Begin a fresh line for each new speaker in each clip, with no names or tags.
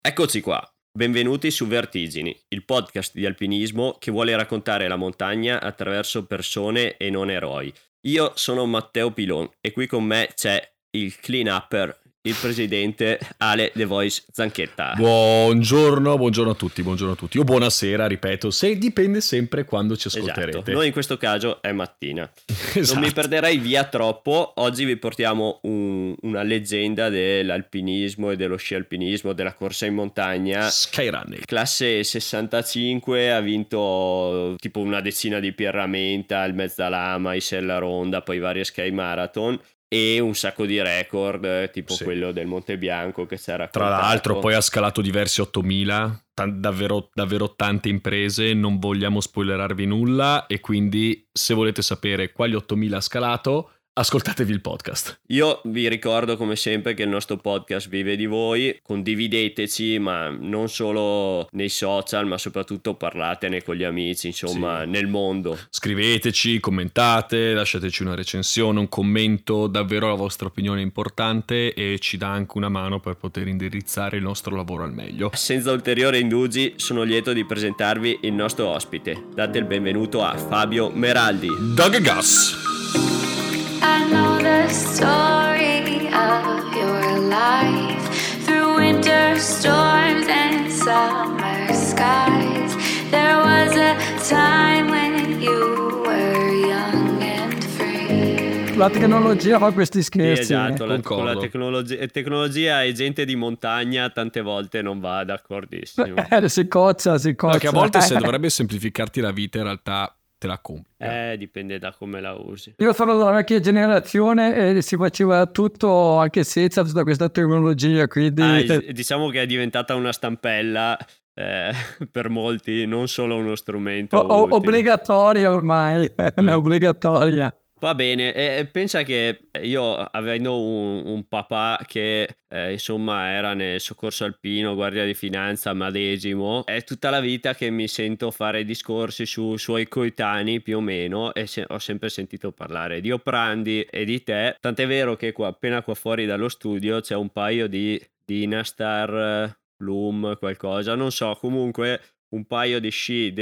Eccoci qua, benvenuti su Vertigini, il podcast di alpinismo che vuole raccontare la montagna attraverso persone e non eroi. Io sono Matteo Pilon e qui con me c'è il clean upper, il presidente Ale The Voice Zanchetta.
Buongiorno a tutti, o buonasera, ripeto, se dipende sempre quando ci ascolterete.
Esatto. Noi in questo caso è mattina.
Esatto.
Non mi perderei via troppo, oggi vi portiamo una leggenda dell'alpinismo e dello sci alpinismo, della corsa in montagna.
Skyrunning.
Classe 65, ha vinto tipo una decina di Pierramenta, il Mezzalama, i Sella Ronda, poi varie Sky Marathon. E un sacco di record, tipo quello del Monte Bianco che c'era.
Tra l'altro poi ha scalato diversi 8000, davvero tante imprese, non vogliamo spoilerarvi nulla e quindi se volete sapere quali 8000 ha scalato, ascoltatevi il podcast.
Io vi ricordo come sempre che il nostro podcast vive di voi, condivideteci, ma non solo nei social, ma soprattutto parlatene con gli amici, insomma, nel mondo.
Scriveteci, commentate, lasciateci una recensione, un commento, davvero la vostra opinione è importante e ci dà anche una mano per poter indirizzare il nostro lavoro al meglio.
Senza ulteriori indugi, sono lieto di presentarvi il nostro ospite. Date il benvenuto a Fabio Meraldi.
Doug Gas.
I know the story of your life through winter storms and summer skies. There was a time when you were young and free.
La tecnologia fa questi scherzi.
Sì, esatto, con la tecnologia e gente di montagna tante volte non va d'accordissimo.
Si cozza.
Perché a volte se dovrebbe semplificarti la vita in realtà te la compri.
Dipende da come la usi.
Io sono della vecchia generazione e si faceva tutto anche senza tutta questa tecnologia, quindi...
Diciamo che è diventata una stampella per molti, non solo uno strumento
obbligatoria ormai, è obbligatoria.
Va bene, pensa che io avendo un papà che insomma era nel soccorso alpino, guardia di finanza, medesimo, è tutta la vita che mi sento fare discorsi su suoi coetanei più o meno e ho sempre sentito parlare di Oprandi e di te, tant'è vero che appena qua fuori dallo studio c'è un paio di Dynastar, Bloom, qualcosa, non so, comunque un paio di sci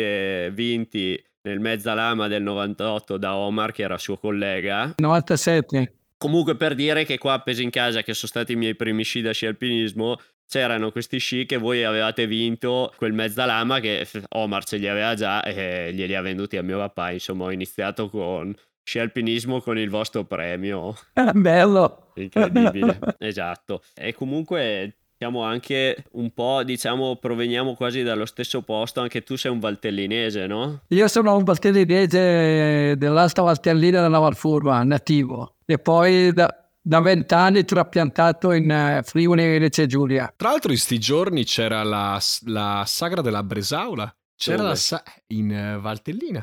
vinti nel Mezzalama del 98 da Omar, che era suo collega.
97.
Comunque, per dire che qua appesi in casa, che sono stati i miei primi sci da sci alpinismo, c'erano questi sci che voi avevate vinto, quel Mezzalama che Omar ce li aveva già e glieli ha venduti a mio papà. Insomma, ho iniziato con sci alpinismo con il vostro premio.
Bello.
Incredibile. Esatto. E comunque... siamo anche un po', diciamo, proveniamo quasi dallo stesso posto. Anche tu sei un valtellinese, no?
Io sono un valtellinese dell'Alta Valtellina della Valfurva, nativo. E poi da 20 anni trapiantato in Friuli Venezia Giulia.
Tra l'altro in sti giorni c'era la sagra della Bresaola. C'era in Valtellina.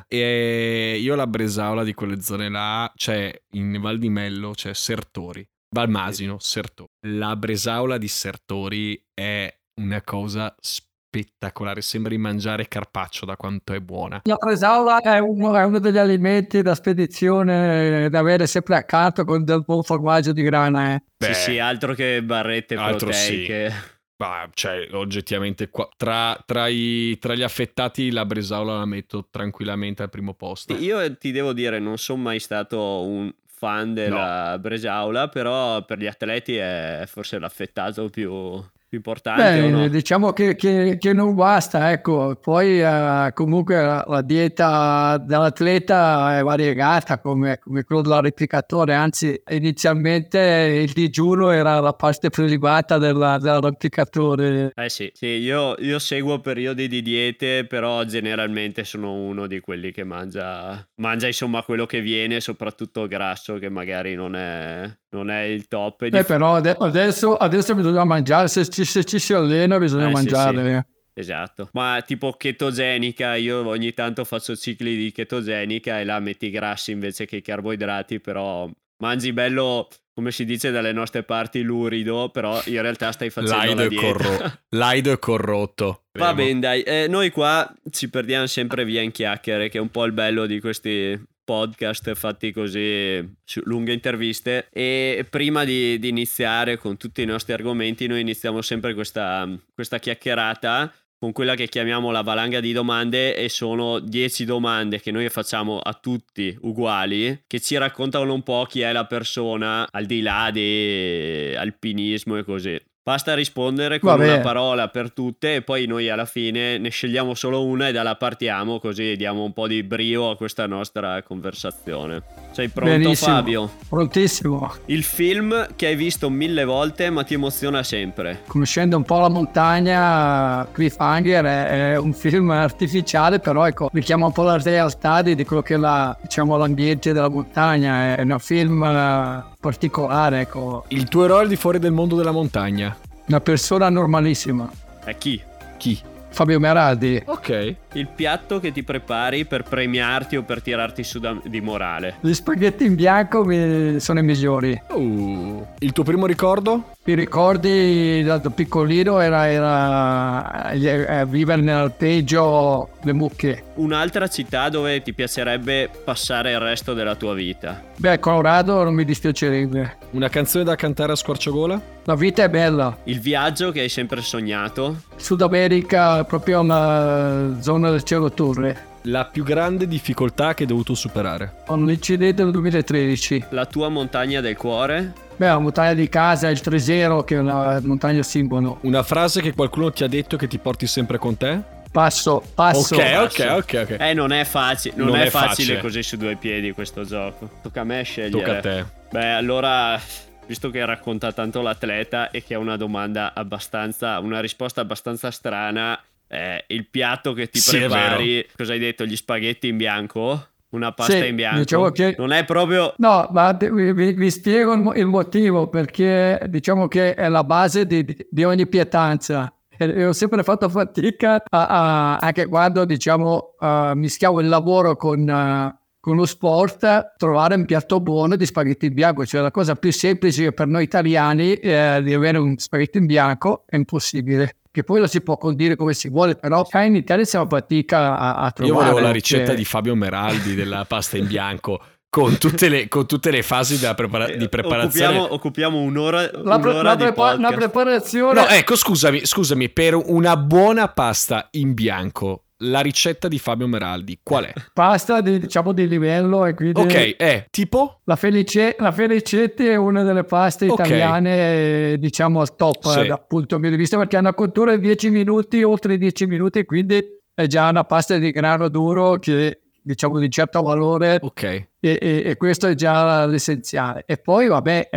E io la Bresaola di quelle zone là, cioè in Val di Mello, c'è Sertori. Valmasino, Sertori. La Bresaola di Sertori è una cosa spettacolare, sembra di mangiare carpaccio da quanto è buona.
La Bresaola è uno degli alimenti da spedizione da avere sempre accanto con del buon formaggio di grana.
Sì, altro che barrette proteiche.
Sì. Cioè, oggettivamente qua, tra gli affettati la Bresaola la metto tranquillamente al primo posto.
Io ti devo dire, non sono mai stato un fan della Bresaola, però per gli atleti è forse l'affettato più importante.
Beh,
o no?
diciamo che non basta, ecco. Poi comunque la dieta dell'atleta è variegata come quello dell'arrampicatore, anzi inizialmente il digiuno era la parte prelibata dell'arrampicatore.
Sì, io seguo periodi di diete, però generalmente sono uno di quelli che mangia insomma quello che viene, soprattutto grasso, che magari non è il top.
Però adesso bisogna mangiare, se ci si allena bisogna mangiare.
Sì. Esatto, ma tipo chetogenica, io ogni tanto faccio cicli di chetogenica e là metti i grassi invece che i carboidrati, però mangi bello, come si dice dalle nostre parti, lurido, però in realtà stai facendo la dieta.
Laido e corrotto.
Va bene, dai, noi qua ci perdiamo sempre via in chiacchiere, che è un po' il bello di questi podcast fatti così, lunghe interviste, e prima di iniziare con tutti i nostri argomenti noi iniziamo sempre questa chiacchierata con quella che chiamiamo la valanga di domande, e sono 10 domande che noi facciamo a tutti uguali, che ci raccontano un po' chi è la persona al di là di alpinismo e così. Basta rispondere con una parola per tutte e poi noi alla fine ne scegliamo solo una e da là partiamo, così diamo un po' di brio a questa nostra conversazione. Sei pronto? Benissimo. Fabio?
Prontissimo.
Il film che hai visto 1000 volte ma ti emoziona sempre?
Conoscendo un po' la montagna, Cliffhanger è un film artificiale, però ecco, richiama un po' la realtà di quello che è l'ambiente della montagna. È un film particolare, ecco.
Il tuo eroe al di fuori del mondo della montagna?
Una persona normalissima.
E chi?
Fabio Meraldi.
Ok.
Il piatto che ti prepari per premiarti o per tirarti su di morale?
Gli spaghetti in bianco sono i migliori.
Il tuo primo ricordo?
I ricordi da piccolino era vivere nell'alpeggio le mucche.
Un'altra città dove ti piacerebbe passare il resto della tua vita?
Beh, Colorado non mi dispiacerebbe.
Una canzone da cantare a squarciagola?
La vita è bella.
Il viaggio che hai sempre sognato?
Sud America, proprio una zona del cielo torre.
La più grande difficoltà che hai dovuto superare?
Un incidente nel 2013.
La tua montagna del cuore?
Beh, la montagna di casa, il Tresero, che è una montagna simbolo.
Una frase che qualcuno ti ha detto che ti porti sempre con te?
Passo.
Ok.
Non è facile. Non è facile così su due piedi questo gioco. Tocca a me scegliere.
Tocca a te.
Beh, allora, visto che racconta tanto l'atleta e che ha una risposta abbastanza strana, il piatto che ti prepari, cosa hai detto? Gli spaghetti in bianco? Una pasta in bianco?
Diciamo che
non è proprio...
No, ma vi spiego il motivo, perché diciamo che è la base di ogni pietanza. E ho sempre fatto fatica anche quando mischiavo il lavoro con lo sport, trovare un piatto buono di spaghetti in bianco. Cioè la cosa più semplice per noi italiani di avere un spaghetto in bianco è impossibile, che poi lo si può condire come si vuole, però in Italia siamo fatica a trovare.
Io volevo la ricetta di Fabio Meraldi della pasta in bianco con tutte le fasi di preparazione.
Occupiamo un'ora di
podcast. La preparazione.
No, ecco, scusami, per una buona pasta in bianco, la ricetta di Fabio Meraldi qual è?
Pasta di livello, e quindi
ok, è tipo?
La Felicetti è una delle paste italiane, al top dal punto di vista, perché ha una cottura di 10 minuti, oltre 10 minuti, quindi è già una pasta di grano duro che di certo valore, e questo è già l'essenziale. E poi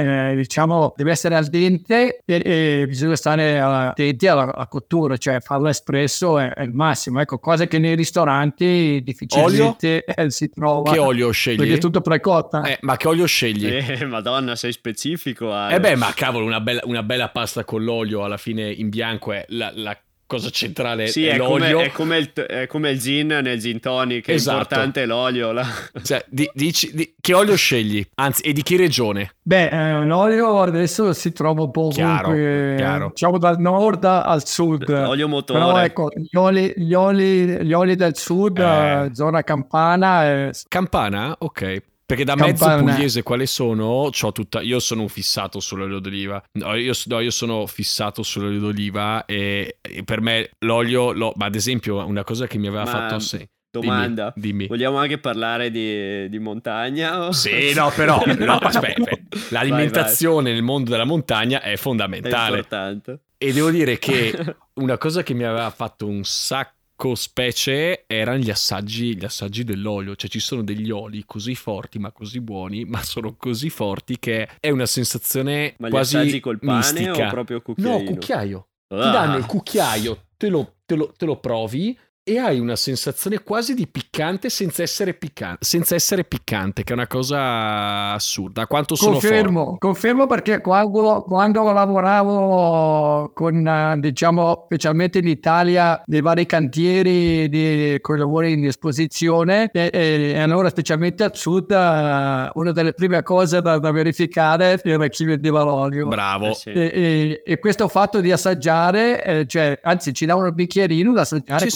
deve essere al dente, e bisogna stare attenti alla cottura, cioè farlo espresso è il massimo, ecco, cose che nei ristoranti difficilmente si trova.
Che olio scegli?
Perché è tutto precotta.
Ma che olio scegli?
Madonna, sei specifico.
Ma cavolo, una bella pasta con l'olio alla fine in bianco è la cosa centrale, è l'olio.
È come il gin nel gin tonic, è importante l'olio.
Cioè, dici che olio scegli? Anzi, e di che regione?
Beh, l'olio adesso si trova un po' ovunque, dal nord al sud.
Olio motore.
Però ecco, gli oli del sud, zona Campana.
Campana? Ok. Perché da mezzo pugliese quale sono? Io sono un fissato sull'olio d'oliva. Io sono fissato sull'olio d'oliva e per me l'olio... ma ad esempio una cosa che mi aveva fatto...
Domanda.
Dimmi.
Vogliamo anche parlare di montagna?
Sì, no, però aspetta. L'alimentazione nel mondo della montagna è fondamentale.
È importante.
E devo dire che una cosa che mi aveva fatto un sacco specie erano gli assaggi dell'olio. Cioè ci sono degli oli così forti ma così buoni, ma sono così forti che è una sensazione quasi
assaggi col pane
mistica.
O proprio cucchiaino?
No, cucchiaio. Ti danno il cucchiaio, te lo provi e hai una sensazione quasi di piccante senza essere piccante, che è una cosa assurda. Quanto sono forti.
Confermo, perché quando lavoravo con specialmente in Italia nei vari cantieri con i lavori in esposizione, e allora specialmente al sud una delle prime cose da verificare era chi vendeva l'olio.
Bravo.
E questo fatto di assaggiare, anzi ci davano un bicchierino da assaggiare,
sì.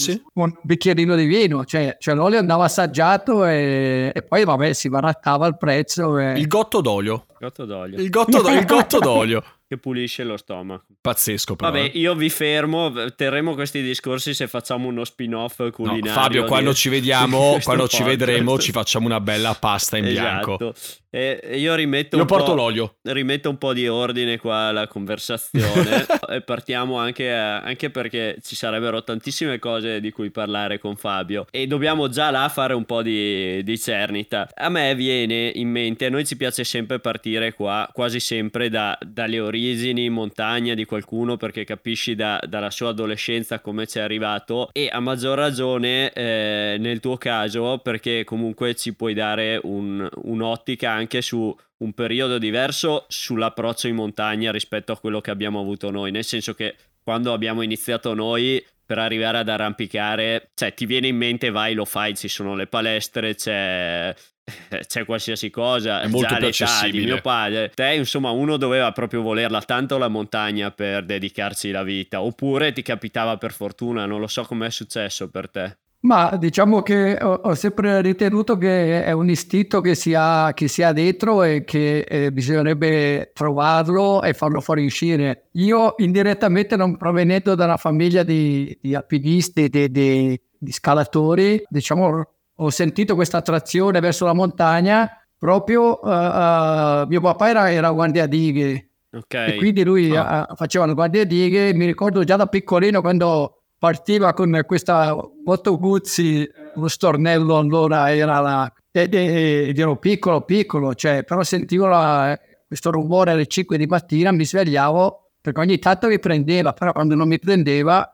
un bicchierino di vino, cioè l'olio andava assaggiato e poi vabbè si barattava il prezzo.
Il gotto d'olio.
Gotto d'olio.
Il gotto d'olio.
Che pulisce lo stomaco.
Pazzesco però.
Vabbè, io vi fermo, terremo questi discorsi se facciamo uno spin-off culinario.
No, Fabio, quando ci vediamo, quando ci
podcast.
vedremo, ci facciamo una bella pasta in bianco.
Esatto. E io
Io porto l'olio.
Rimetto un po' di ordine qua alla conversazione e partiamo anche perché ci sarebbero tantissime cose di cui parlare con Fabio e dobbiamo già là fare un po' di cernita. A me viene in mente, a noi ci piace sempre partire qua, quasi sempre dalle origini in montagna di qualcuno, perché capisci dalla sua adolescenza come ci è arrivato, e a maggior ragione nel tuo caso perché comunque ci puoi dare un'ottica anche su un periodo diverso sull'approccio in montagna rispetto a quello che abbiamo avuto noi, nel senso che quando abbiamo iniziato noi per arrivare ad arrampicare, cioè ti viene in mente vai, lo fai, ci sono le palestre, c'è qualsiasi cosa,
è molto
già
più
l'età
accessibile.
di mio padre, te insomma uno doveva proprio volerla tanto la montagna per dedicarci la vita, oppure ti capitava per fortuna, non lo so com'è successo per te.
Ma diciamo che ho sempre ritenuto che è un istinto che si ha dentro e che bisognerebbe trovarlo e farlo fuoriuscire. Io indirettamente, non provenendo da una famiglia di alpinisti, di scalatori, diciamo, ho sentito questa attrazione verso la montagna proprio, mio papà era guardiadighe,
Okay.
e quindi lui faceva il guardiadighe. Mi ricordo già da piccolino quando partiva con questa Moto Guzzi, lo stornello allora era ed ero piccolo, cioè, però sentivo questo rumore alle 5 di mattina, mi svegliavo perché ogni tanto mi prendeva, però quando non mi prendeva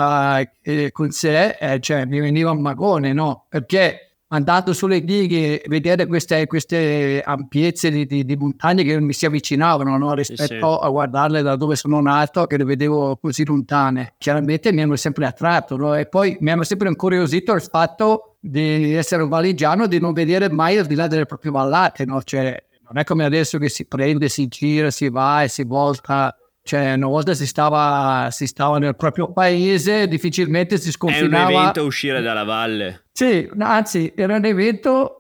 con sé, cioè, mi veniva un magone, no? Perché andando sulle dighe, vedere queste ampiezze di montagne che mi si avvicinavano, no? Rispetto a guardarle da dove sono nato, che le vedevo così lontane. Chiaramente mi hanno sempre attratto, no? E poi mi hanno sempre incuriosito il fatto di essere un valigiano, di non vedere mai al di là delle proprie vallate, no? Cioè, non è come adesso che si prende, si gira, si va e si volta. Cioè, una volta si stava nel proprio paese, difficilmente si sconfinava.
È un evento uscire dalla valle.
Sì, anzi, era un evento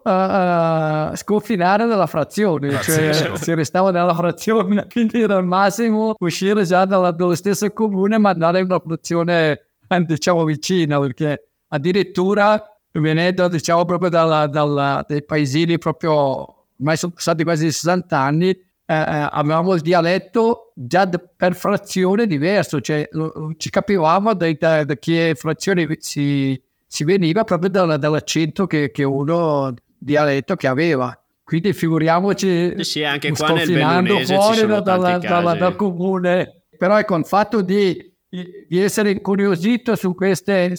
sconfinare dalla frazione, cioè si restava nella frazione, quindi era al massimo uscire già dallo stesso comune, ma andare in una frazione, diciamo, vicina, perché addirittura venendo, diciamo, proprio dai paesini, proprio, ormai sono passati quasi 60 anni, avevamo il dialetto già per frazione diverso, cioè ci capivamo da che frazione si veniva proprio dall'accento che uno dialetto che aveva. Quindi figuriamoci,
sì, anche qua nel
sconfinando
bellunese
fuori
ci sono tanti casi.
dal comune. Però ecco, il fatto di essere incuriosito su queste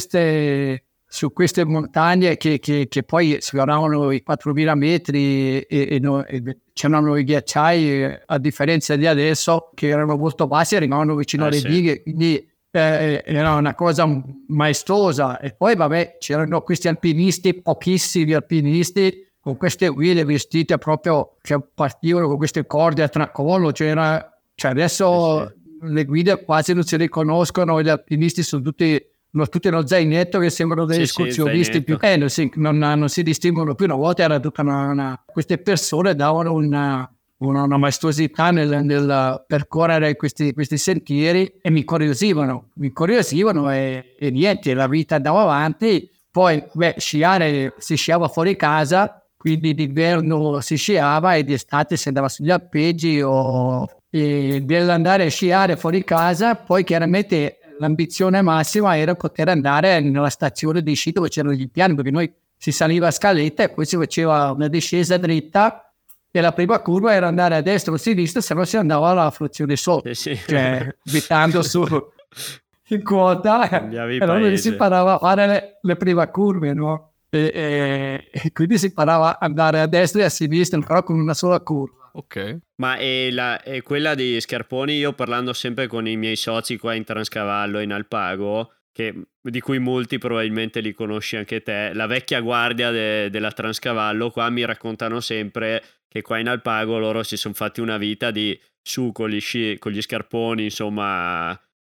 montagne che poi sfioravano i 4.000 metri e c'erano i ghiacciai, a differenza di adesso che erano molto bassi, arrivavano vicino alle dighe, quindi era una cosa maestosa. E poi vabbè, c'erano questi alpinisti, pochissimi alpinisti, con queste guide vestite proprio, che partivano con queste corde a tracollo, cioè adesso le guide quasi non si riconoscono, gli alpinisti sono tutti lo zainetto che sembrano degli escursionisti più non si distinguono più. Una volta era tutta queste persone davano una maestosità nel percorrere questi sentieri e mi incuriosivano e niente, la vita andava avanti. Poi sciare, si sciava fuori casa, quindi d'inverno si sciava e d'estate si andava sugli alpeggi e nell'andare a sciare fuori casa. Poi chiaramente l'ambizione massima era poter andare nella stazione di sci dove c'erano gli piani, perché noi si saliva a scaletta e poi si faceva una discesa dritta e la prima curva era andare a destra o a sinistra, se no si andava alla frazione sotto, cioè abitando su in quota, e allora si imparava a fare le prime curve, no? E quindi si imparava ad andare a destra e a sinistra, però con una sola curva.
Ok.
Ma è quella di Scarponi, io parlando sempre con i miei soci qua in Transcavallo, in Alpago, di cui molti probabilmente li conosci anche te, la vecchia guardia della Transcavallo, qua mi raccontano sempre che qua in Alpago loro si sono fatti una vita di su con gli scarponi, insomma,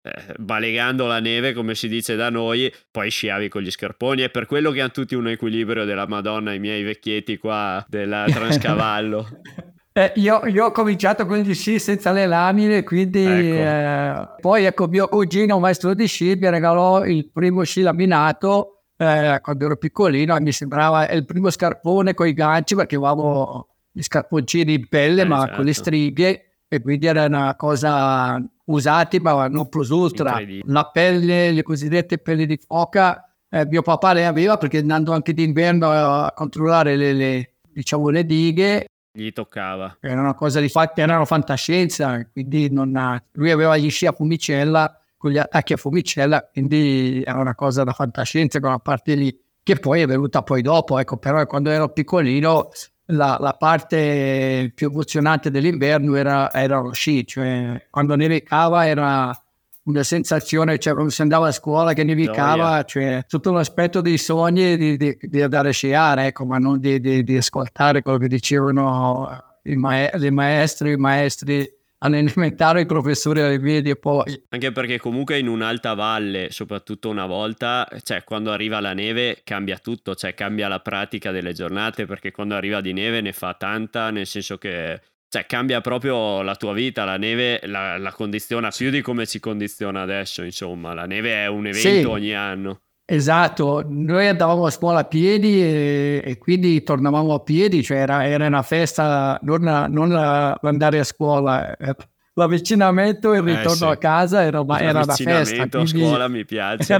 balegando la neve, come si dice da noi, poi sciavi con gli scarponi. È per quello che hanno tutti un equilibrio della Madonna, i miei vecchietti qua del Transcavallo.
Io ho cominciato con gli sci senza le lamine, quindi poi ecco, mio cugino, maestro di sci, mi regalò il primo sci laminato quando ero piccolino, e mi sembrava il primo scarpone con i ganci, perché avevamo gli scarponcini in pelle ma
certo,
con le stringhe, e quindi era una cosa usati ma non plus ultra. La pelle, le cosiddette pelli di foca, mio papà le aveva, perché andando anche d'inverno a controllare le dighe,
gli toccava.
era una cosa erano fantascienza, quindi lui aveva gli sci a fumicella, con gli attacchi a fumicella, quindi era una cosa da fantascienza, quella parte lì, che poi è venuta poi dopo, ecco. Però quando ero piccolino la parte più emozionante dell'inverno era lo sci, cioè quando nevicava era una sensazione, cioè quando si andava a scuola che nevicava, cioè tutto un aspetto dei sogni di andare a sciare, ecco, ma non di ascoltare quello che dicevano i maestri all'elementare, i professori alle medie poi.
Anche perché comunque in un'alta valle, soprattutto una volta, cioè quando arriva la neve cambia tutto, cioè cambia la pratica delle giornate, perché quando arriva di neve ne fa tanta, nel senso che cioè cambia proprio la tua vita. La neve la condiziona più di come ci condiziona adesso, insomma. La neve è un evento ogni anno.
Esatto, noi andavamo a scuola a piedi e quindi tornavamo a piedi, cioè era una festa, non andare a scuola, l'avvicinamento e il ritorno a casa era una festa.
L'avvicinamento a scuola mi piace.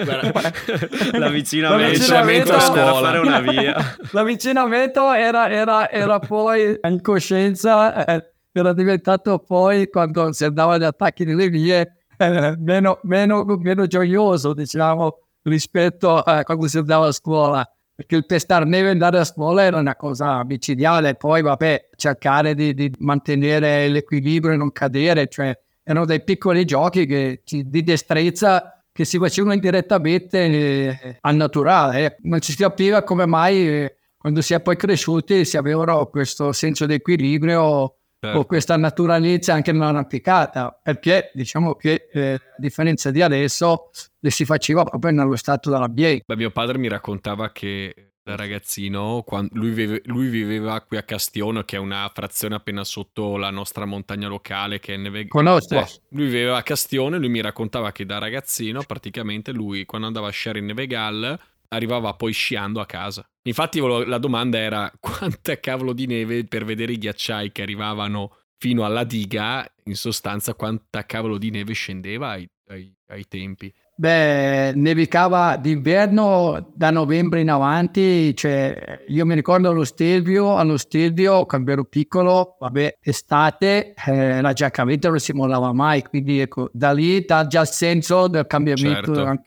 L'avvicinamento
a
scuola,
scuola.
fare una via.
L'avvicinamento era poi in coscienza, era diventato poi, quando si andava agli attacchi nelle vie, meno gioioso, diciamo, rispetto a quando si andava a scuola, perché il pestare neve e andare a scuola era una cosa micidiale. Poi vabbè, cercare di mantenere l'equilibrio e non cadere, cioè erano dei piccoli giochi di destrezza che si facevano indirettamente al naturale. Non ci si capiva come mai quando si è poi cresciuti si avevano questo senso di equilibrio o questa naturalezza anche nell'arrampicata, perché diciamo che a differenza di adesso le si faceva proprio nello stato dell'ambiente.
Beh, mio padre mi raccontava che da ragazzino, quando lui viveva qui a Castiono, che è una frazione appena sotto la nostra montagna locale, che è Nevegale.
Conosco.
Lui viveva a Castiono e lui mi raccontava che da ragazzino praticamente lui, quando andava a sciare in Nevegale, arrivava poi sciando a casa. Infatti la domanda era quanta cavolo di neve, per vedere i ghiacciai che arrivavano fino alla diga, in sostanza quanta cavolo di neve scendeva ai tempi.
Beh, nevicava d'inverno da novembre in avanti, cioè io mi ricordo allo Stelvio quando ero piccolo, vabbè, estate, la giacca a vento non si mollava mai, quindi ecco, da lì dà già il senso del cambiamento.
Certo.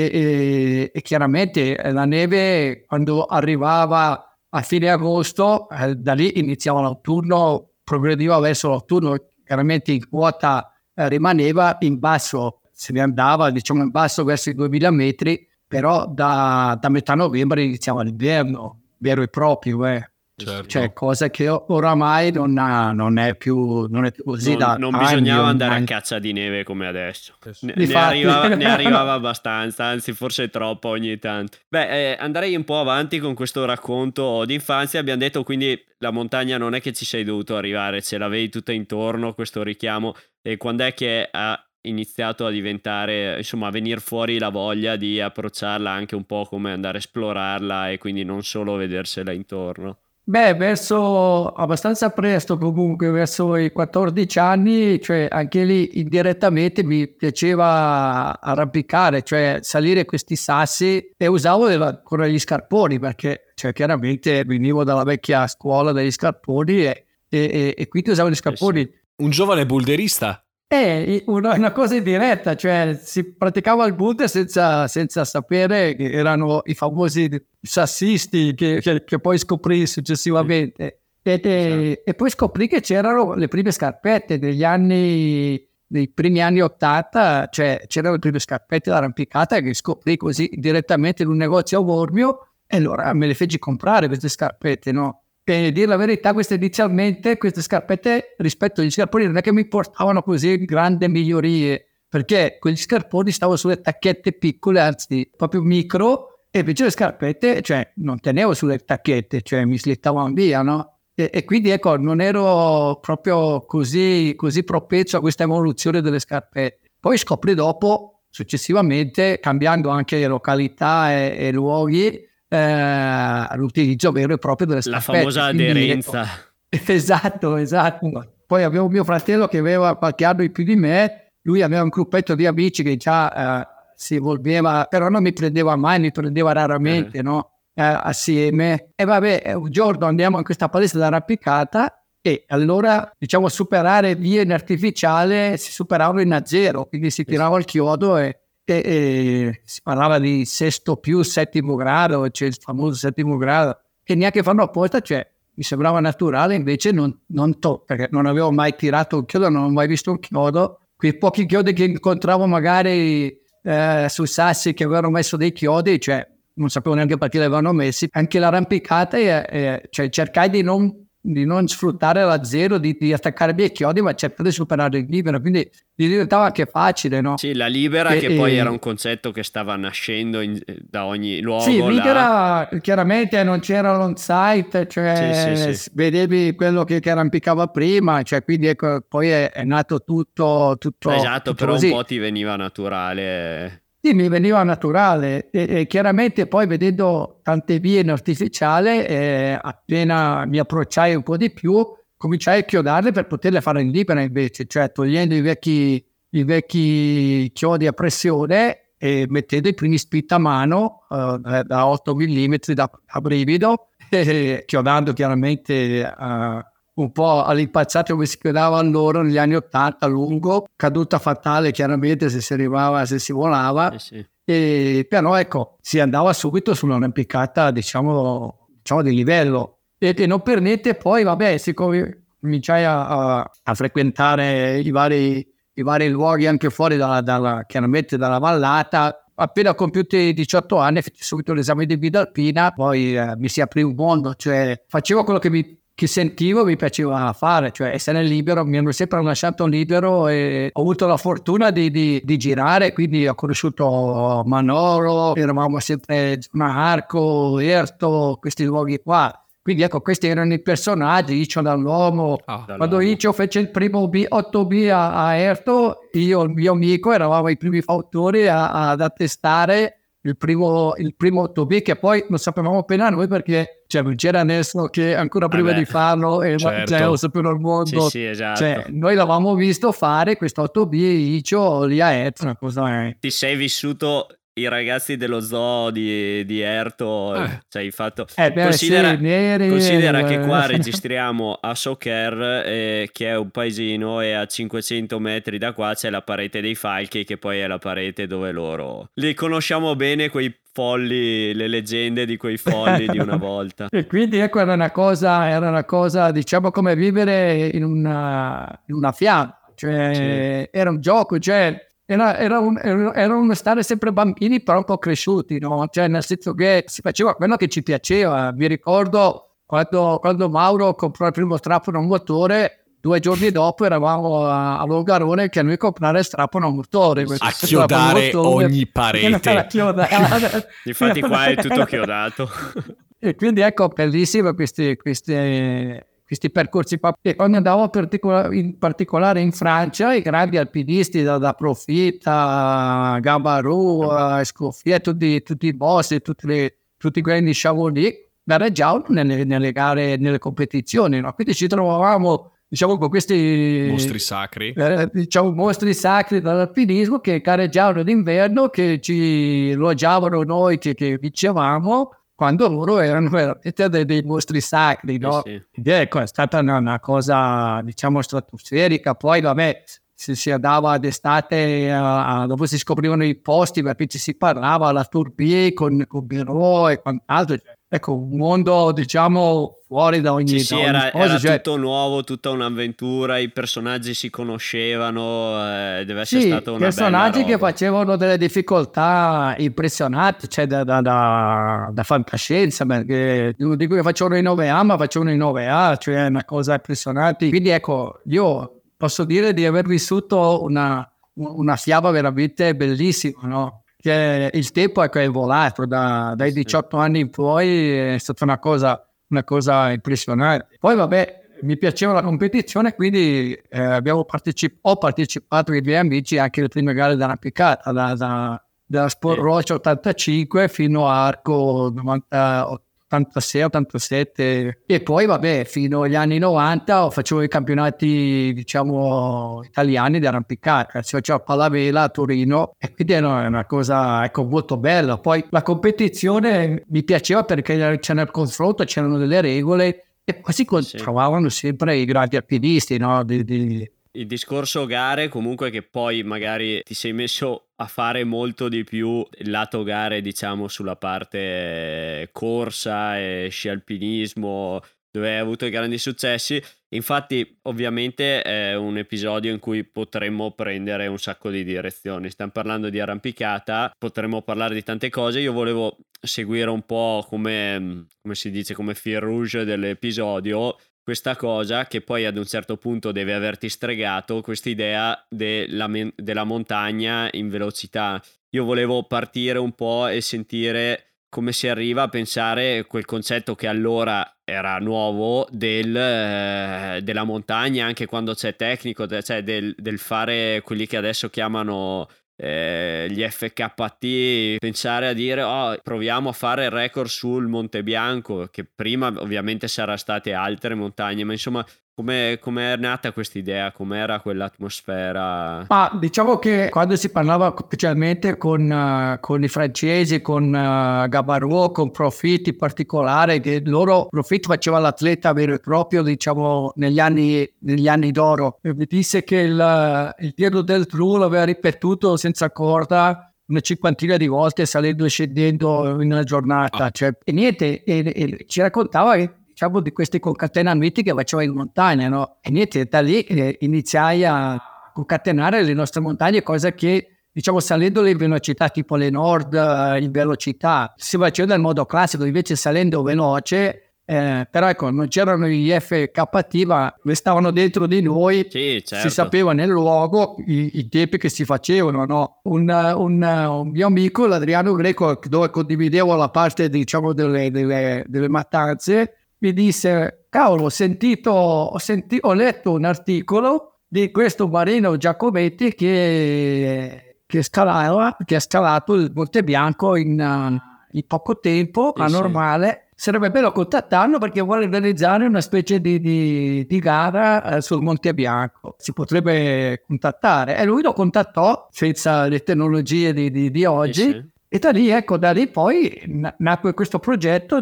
E chiaramente la neve quando arrivava a fine agosto, da lì iniziava l'autunno, progrediva verso l'autunno, chiaramente in quota rimaneva in basso. Se ne andava, diciamo, in basso verso i 2000 metri, però da metà novembre iniziava l'inverno, vero e proprio,
Certo.
Cioè, cosa che oramai non è più così.
Non bisognava andare a caccia di neve come adesso. Ne arrivava abbastanza, anzi forse troppo ogni tanto. Beh, andrei un po' avanti con questo racconto di infanzia. Abbiamo detto quindi la montagna non è che ci sei dovuto arrivare, ce l'avevi tutta intorno, questo richiamo. E quando è che ha iniziato a diventare, insomma, a venire fuori la voglia di approcciarla anche un po' come andare a esplorarla e quindi non solo vedersela intorno?
Beh, verso abbastanza presto, comunque verso i 14 anni, cioè anche lì indirettamente mi piaceva arrampicare, cioè salire questi sassi, e usavo ancora gli scarponi, perché cioè chiaramente venivo dalla vecchia scuola degli scarponi e quindi usavo gli scarponi.
Sì. Un giovane boulderista.
È una cosa indiretta, cioè si praticava il boulder senza sapere che erano i famosi sassisti che poi scoprì successivamente. E poi scoprì che c'erano le prime scarpette nei primi anni 80, cioè c'erano le prime scarpette d'arrampicata che scoprì così direttamente in un negozio a Bormio, e allora me le feci comprare queste scarpette, no? Per dire la verità, queste scarpette rispetto agli scarponi non è che mi portavano così grandi migliorie, perché quegli scarponi stavano sulle tacchette piccole, anzi proprio micro, e invece le scarpette, cioè non tenevo sulle tacchette, cioè mi slittavano via, no? E quindi ecco, non ero proprio così propenso a questa evoluzione delle scarpette. Poi scopri dopo, successivamente, cambiando anche località e luoghi, l'utilizzo vero e proprio delle scarpette.
La famosa aderenza.
Esatto. Poi avevo mio fratello che aveva qualche anno in più di me, lui aveva un gruppetto di amici che già si evolveva, però non mi prendeva mai, mi prendeva raramente, no? Assieme. E vabbè, un giorno andiamo in questa palestra d'arrampicata e allora, diciamo, superare vie in artificiale si superavano in a zero, quindi si tirava il chiodo e si parlava di sesto più settimo grado, cioè il famoso settimo grado, e neanche fanno apposta, cioè mi sembrava naturale, invece perché non avevo mai tirato un chiodo, non ho mai visto un chiodo. Quei pochi chiodi che incontravo magari sui sassi che avevano messo dei chiodi, cioè non sapevo neanche perché li avevano messi. Anche l'arrampicata, cioè cercai di non sfruttare la zero, di attaccare i chiodi, ma cercare di superare il libero, quindi diventava anche facile, no?
Sì, la libera che poi era un concetto che stava nascendo da ogni luogo.
Sì, libera chiaramente non c'era l'on-site, cioè sì. Vedevi quello che arrampicava prima, cioè quindi ecco, poi è nato tutto
esatto,
tutto
però
così.
Un po' ti veniva naturale.
Sì, mi veniva naturale e chiaramente poi vedendo tante vie in artificiale, appena mi approcciai un po' di più, cominciai a chiodarle per poterle fare in libera invece, cioè togliendo i vecchi chiodi a pressione e mettendo i primi split a mano da 8 mm da brivido, chiodando chiaramente un po' all'impazzato come si chiudava allora negli anni 80, lungo, caduta fatale chiaramente se si volava,
sì.
E però ecco, si andava subito sull'arrampicata diciamo di livello e non per niente poi vabbè, cominciai a frequentare i vari luoghi anche fuori chiaramente dalla vallata. Appena compiuti 18 anni feci subito l'esame di guida alpina, poi mi si aprì un mondo, cioè facevo quello che sentivo mi piaceva fare, cioè essere libero, mi hanno sempre lasciato libero e ho avuto la fortuna di girare, quindi ho conosciuto Manoro, eravamo sempre zona Arco, Erto, questi luoghi qua. Quindi ecco, questi erano i personaggi, Icio dall'uomo. Quando Icio fece il primo 8B a Erto, io e il mio amico eravamo i primi fautori ad attestare il primo 8B, che poi lo sapevamo appena noi perché c'era Nestor che ancora prima di farlo già lo sapeva il mondo.
Sì, esatto.
Cioè, noi l'avevamo visto fare questo 8B Icio lì a Erto, una cosa è.
Ti sei vissuto i ragazzi dello zoo di Erto, cioè hai fatto considera che qua registriamo a Socher, che è un paesino, e a 500 metri da qua c'è la parete dei Falchi, che poi è la parete dove loro li conosciamo bene, quei folli, le leggende di quei folli di una volta.
E quindi ecco, era una cosa diciamo come vivere in una fiaba, cioè era un gioco, cioè era un stare sempre bambini però un po' cresciuti, no? Cioè nel senso che si faceva quello che ci piaceva. Mi ricordo quando Mauro comprò il primo strappo a un motore, 2 giorni dopo eravamo a Longarone che a noi comprare il strappo a un motore,
a chiodare ogni parete.
Infatti qua è tutto chiodato.
E quindi ecco, bellissimo questi percorsi. E quando andavo in particolare in Francia, i grandi alpinisti da Profita, Gambaro, Escoffier, tutti i boss, tutti quelli di Chamonix gareggiavano nelle gare, nelle competizioni, no? Quindi ci trovavamo diciamo con questi
mostri sacri,
mostri sacri dall'alpinismo che gareggiavano d'inverno, che ci elogiavano noi che vincevamo, quando loro erano veramente dei mostri sacri, no? Sì. Ed ecco, è stata una cosa, diciamo, stratosferica. Poi, vabbè, si andava d'estate, dopo si scoprivano i posti, perché ci si parlava alla Tourbie con Biro e quant'altro. Ecco, un mondo, diciamo, fuori da ogni
era
cosa.
Tutto nuovo, tutta un'avventura, i personaggi si conoscevano, deve essere stata una
personaggi
bella roba.
Che facevano delle difficoltà impressionanti, cioè da fantascienza, perché non dico che facevano i 9A, ma facevano i 9A, cioè una cosa impressionante. Quindi ecco, io posso dire di aver vissuto una una fiaba veramente bellissima, no? Che il tempo è volato dai 18 anni in poi, è stata una cosa impressionante. Poi vabbè, mi piaceva la competizione, quindi ho partecipato con i miei amici anche alle prime gare d'arrampicata, dalla Sport Rocha 85 fino a Arco 90, 86, 87, e poi vabbè fino agli anni 90 facevo i campionati diciamo italiani di arrampicata, si faceva Pallavela a Torino, e quindi era una cosa molto bella. Poi la competizione mi piaceva perché c'era il confronto, c'erano delle regole e poi si trovavano sempre i grandi alpinisti, no?
Il discorso gare comunque, che poi magari ti sei messo a fare molto di più lato gare, diciamo, sulla parte corsa e sci alpinismo, dove hai avuto i grandi successi. Infatti ovviamente è un episodio in cui potremmo prendere un sacco di direzioni. Stiamo parlando di arrampicata, potremmo parlare di tante cose. Io volevo seguire un po' come si dice, come fil rouge dell'episodio, questa cosa che poi ad un certo punto deve averti stregato, quest'idea della montagna in velocità. Io volevo partire un po' e sentire come si arriva a pensare quel concetto che allora era nuovo della montagna, anche quando c'è tecnico, cioè del fare quelli che adesso chiamano gli FKT, pensare a dire proviamo a fare il record sul Monte Bianco, che prima ovviamente sarà state altre montagne, ma insomma come è nata questa idea, com'era quell'atmosfera?
Ma diciamo che quando si parlava specialmente con i francesi, con Gabarot, con Profit in particolare, che loro Profit faceva l'atleta vero e proprio, diciamo, negli anni d'oro, e mi disse che il Giro del Tru l'aveva ripetuto senza corda una cinquantina di volte, salendo e scendendo in una giornata, cioè, e niente, e ci raccontava che, diciamo, di questi concatenamenti che faceva in montagna, no? E niente, da lì iniziai a concatenare le nostre montagne, cosa che, diciamo, salendo in velocità tipo le Nord in velocità si faceva nel modo classico, invece salendo veloce, però ecco, non c'erano gli FKT, ma stavano dentro di noi,
sì, certo.
Si sapeva nel luogo i tempi che si facevano, no? Un mio amico, l'Adriano Greco, dove condividevo la parte, diciamo, delle mattanze, mi disse: cavolo, ho letto un articolo di questo Marino Giacometti che ha scalato il Monte Bianco in poco tempo, anormale. Sarebbe bello contattarlo perché vuole organizzare una specie di gara sul Monte Bianco. Si potrebbe contattare, e lui lo contattò senza le tecnologie di oggi.
Sì.
E da lì poi nacque questo progetto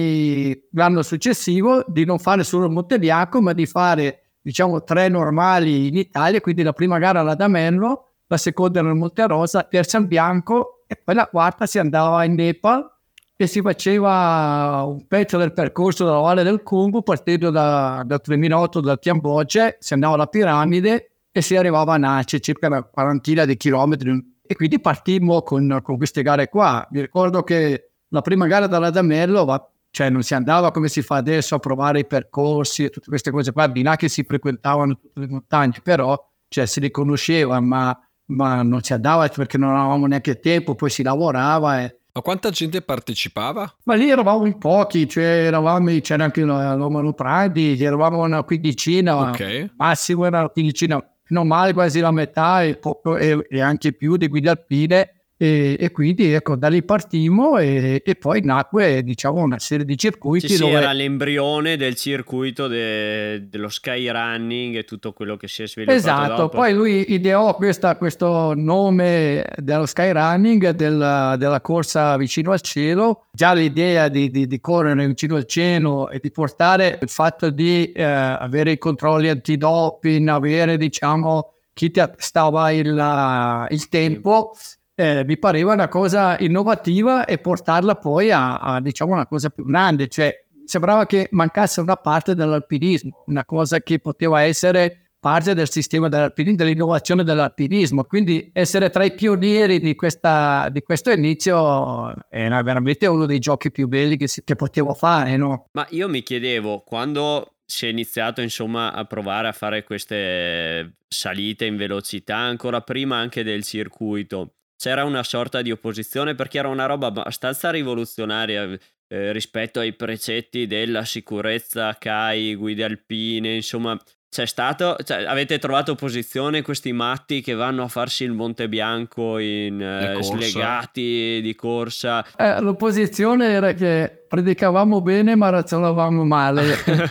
l'anno successivo di non fare solo il Monte Bianco, ma di fare, diciamo, 3 normali in Italia, quindi la prima gara alla D'Amello, la seconda nel Monte Rosa, terza al Bianco, e poi la quarta si andava in Nepal e si faceva un pezzo del percorso dalla Valle del Khumbu, partendo da 3008 dal Cambogia, si andava alla piramide e si arrivava a Nace, circa una quarantina di chilometri. E quindi partimmo con queste gare qua. Mi ricordo che la prima gara dalla D'Amello, cioè non si andava come si fa adesso a provare i percorsi e tutte queste cose qua, di là che si frequentavano tutte le montagne, però cioè, si riconosceva, ma non si andava perché non avevamo neanche tempo, poi si lavorava.
Ma quanta gente partecipava?
Ma lì eravamo in pochi, c'era anche l'Omano Prandi, eravamo una quindicina, massimo era una quindicina, non male quasi la metà e anche più di guide alpine, e quindi ecco, da lì partimmo e poi nacque, diciamo, una serie di circuiti.
Sì, era l'embrione del circuito dello skyrunning e tutto quello che si è sviluppato.
Esatto,
dopo.
poi lui ideò questo nome dello skyrunning, della corsa vicino al cielo. Già l'idea di correre vicino al cielo e di portare il fatto di avere i controlli antidoping, avere, diciamo, chi ti attestava il tempo, mi pareva una cosa innovativa, e portarla poi a diciamo una cosa più grande, cioè sembrava che mancasse una parte dell'alpinismo, una cosa che poteva essere parte del sistema dell'alpinismo, dell'innovazione dell'alpinismo, quindi essere tra i pionieri di questo inizio era veramente uno dei giochi più belli che potevo fare, no?
Ma io mi chiedevo, quando si è iniziato insomma a provare a fare queste salite in velocità ancora prima anche del circuito. C'era una sorta di opposizione perché era una roba abbastanza rivoluzionaria rispetto ai precetti della sicurezza CAI, guide alpine, insomma avete trovato opposizione questi matti che vanno a farsi il Monte Bianco in slegati di corsa?
L'opposizione era che predicavamo bene ma ragionavamo male.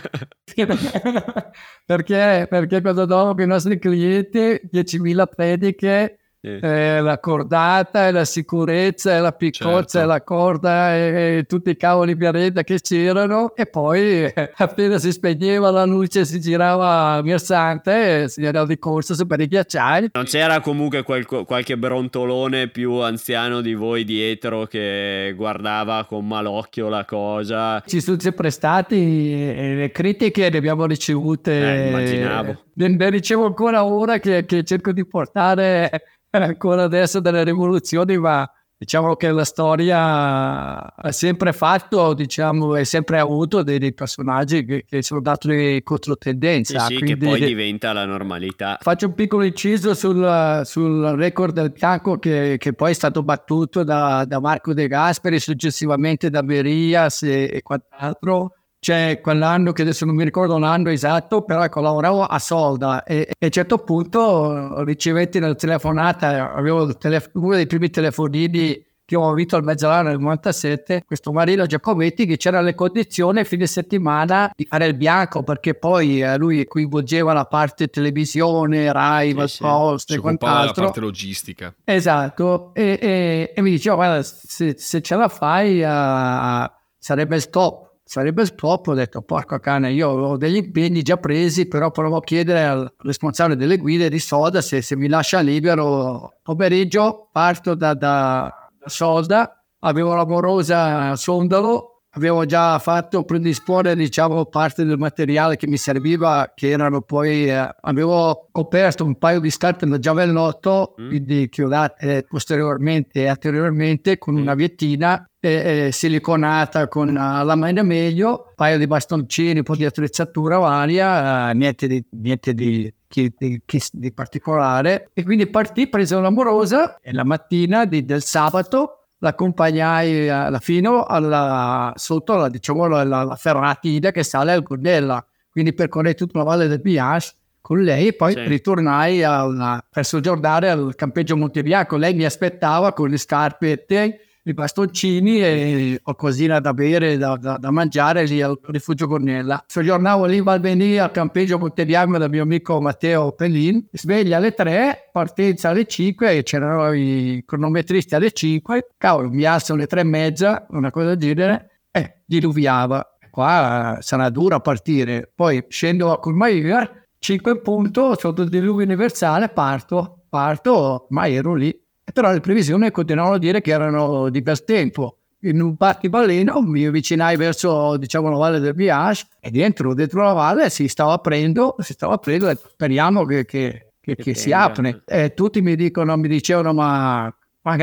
perché quando davamo con i nostri clienti 10.000 prediche, la cordata e la sicurezza e la piccozza e la corda e tutti i cavoli pianeta che c'erano, e poi appena si spegneva la luce si girava versante e si era di corsa su per i ghiacciai.
Non c'era comunque qualche brontolone più anziano di voi dietro che guardava con malocchio la cosa?
Ci sono sempre stati, le critiche le abbiamo ricevute,
immaginavo.
Ne ricevo ancora ora che cerco di portare ancora adesso delle rivoluzioni, ma diciamo che la storia ha sempre fatto, diciamo, e sempre avuto dei personaggi che sono dati controtendenza.
Sì, quindi che poi diventa la normalità.
Faccio un piccolo inciso sul record del bianco che poi è stato battuto da Marco De Gasperi, successivamente da Berias e quant'altro. C'è quell'anno che adesso non mi ricordo l'anno esatto, però lavoravo a Solda e a un certo punto ricevetti una telefonata, avevo uno dei primi telefonini che ho avuto al Mezzalano nel 97, questo Marino Giacometti, che c'era le condizioni fine settimana di fare il bianco, perché poi lui coinvolgeva la parte televisione, Rai, Post e quant'altro.
La parte logistica.
Esatto, e mi diceva, guarda, se ce la fai sarebbe il top. Ho detto, porco cane, io ho degli impegni già presi, però provo a chiedere al responsabile delle guide di Solda se mi lascia libero. Pomeriggio parto da Solda, avevo la morosa a Sondalo, avevo già fatto predisporre, diciamo, parte del materiale che mi serviva, che erano poi, avevo coperto un paio di scarpe da giavellotto, quindi chiodate posteriormente e anteriormente con una viettina siliconata con la lamina meglio, un paio di bastoncini, un po' di attrezzatura varia, niente di particolare, e quindi partì, prese un'amorosa e la mattina del sabato l'accompagnai fino sotto la ferratina che sale al Gordella, quindi percorrei tutta la valle del Bias con lei e poi ritornai per soggiornare al campeggio Montebianco. Lei mi aspettava con le scarpette, i bastoncini e qualcosina da bere, da mangiare lì al rifugio Cornella. Soggiornavo lì in Valbeni al campeggio Montebianco dal mio amico Matteo Pellin. Sveglia alle 3, partenza alle 5 e c'erano i cronometristi alle 5. Cavolo, mi alzo alle 3:30, una cosa del genere, diluviava. Qua sarà dura partire. Poi scendo a Courmayeur, 5 in punto, sotto il diluvio universale, parto, ma ero lì. Però le previsioni continuavano a dire che erano di bel tempo. In un battibaleno mi avvicinai verso, diciamo, la valle del Bias e dentro la valle si stava aprendo e speriamo che si apre. E tutti mi dicevano ma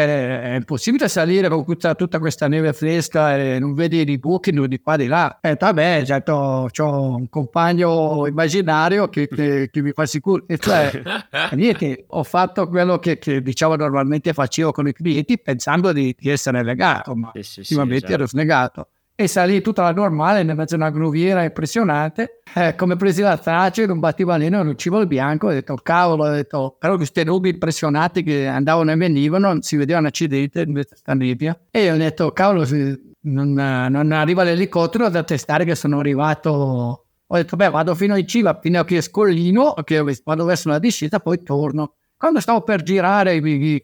è impossibile salire con tutta questa neve fresca e non vedi i buchi di qua di là. Vabbè, certo, c'ho un compagno immaginario che mi fa sicuro. E cioè, niente, ho fatto quello che diciamo normalmente facevo con i clienti pensando di essere legato, ma ultimamente ero slegato. E salì tutta la normale, ne faccio una gruviera impressionante. Come presi la traccia in un battibaleno, non ci il bianco, ho detto cavolo, però queste nubi impressionanti che andavano e venivano, non si vedeva un accidente in questa nebbia. E ho detto cavolo, non arriva l'elicottero da testare che sono arrivato. Ho detto vado fino in cima, fino a che scollino, che vado verso la discesa, poi torno. Quando stavo per girare,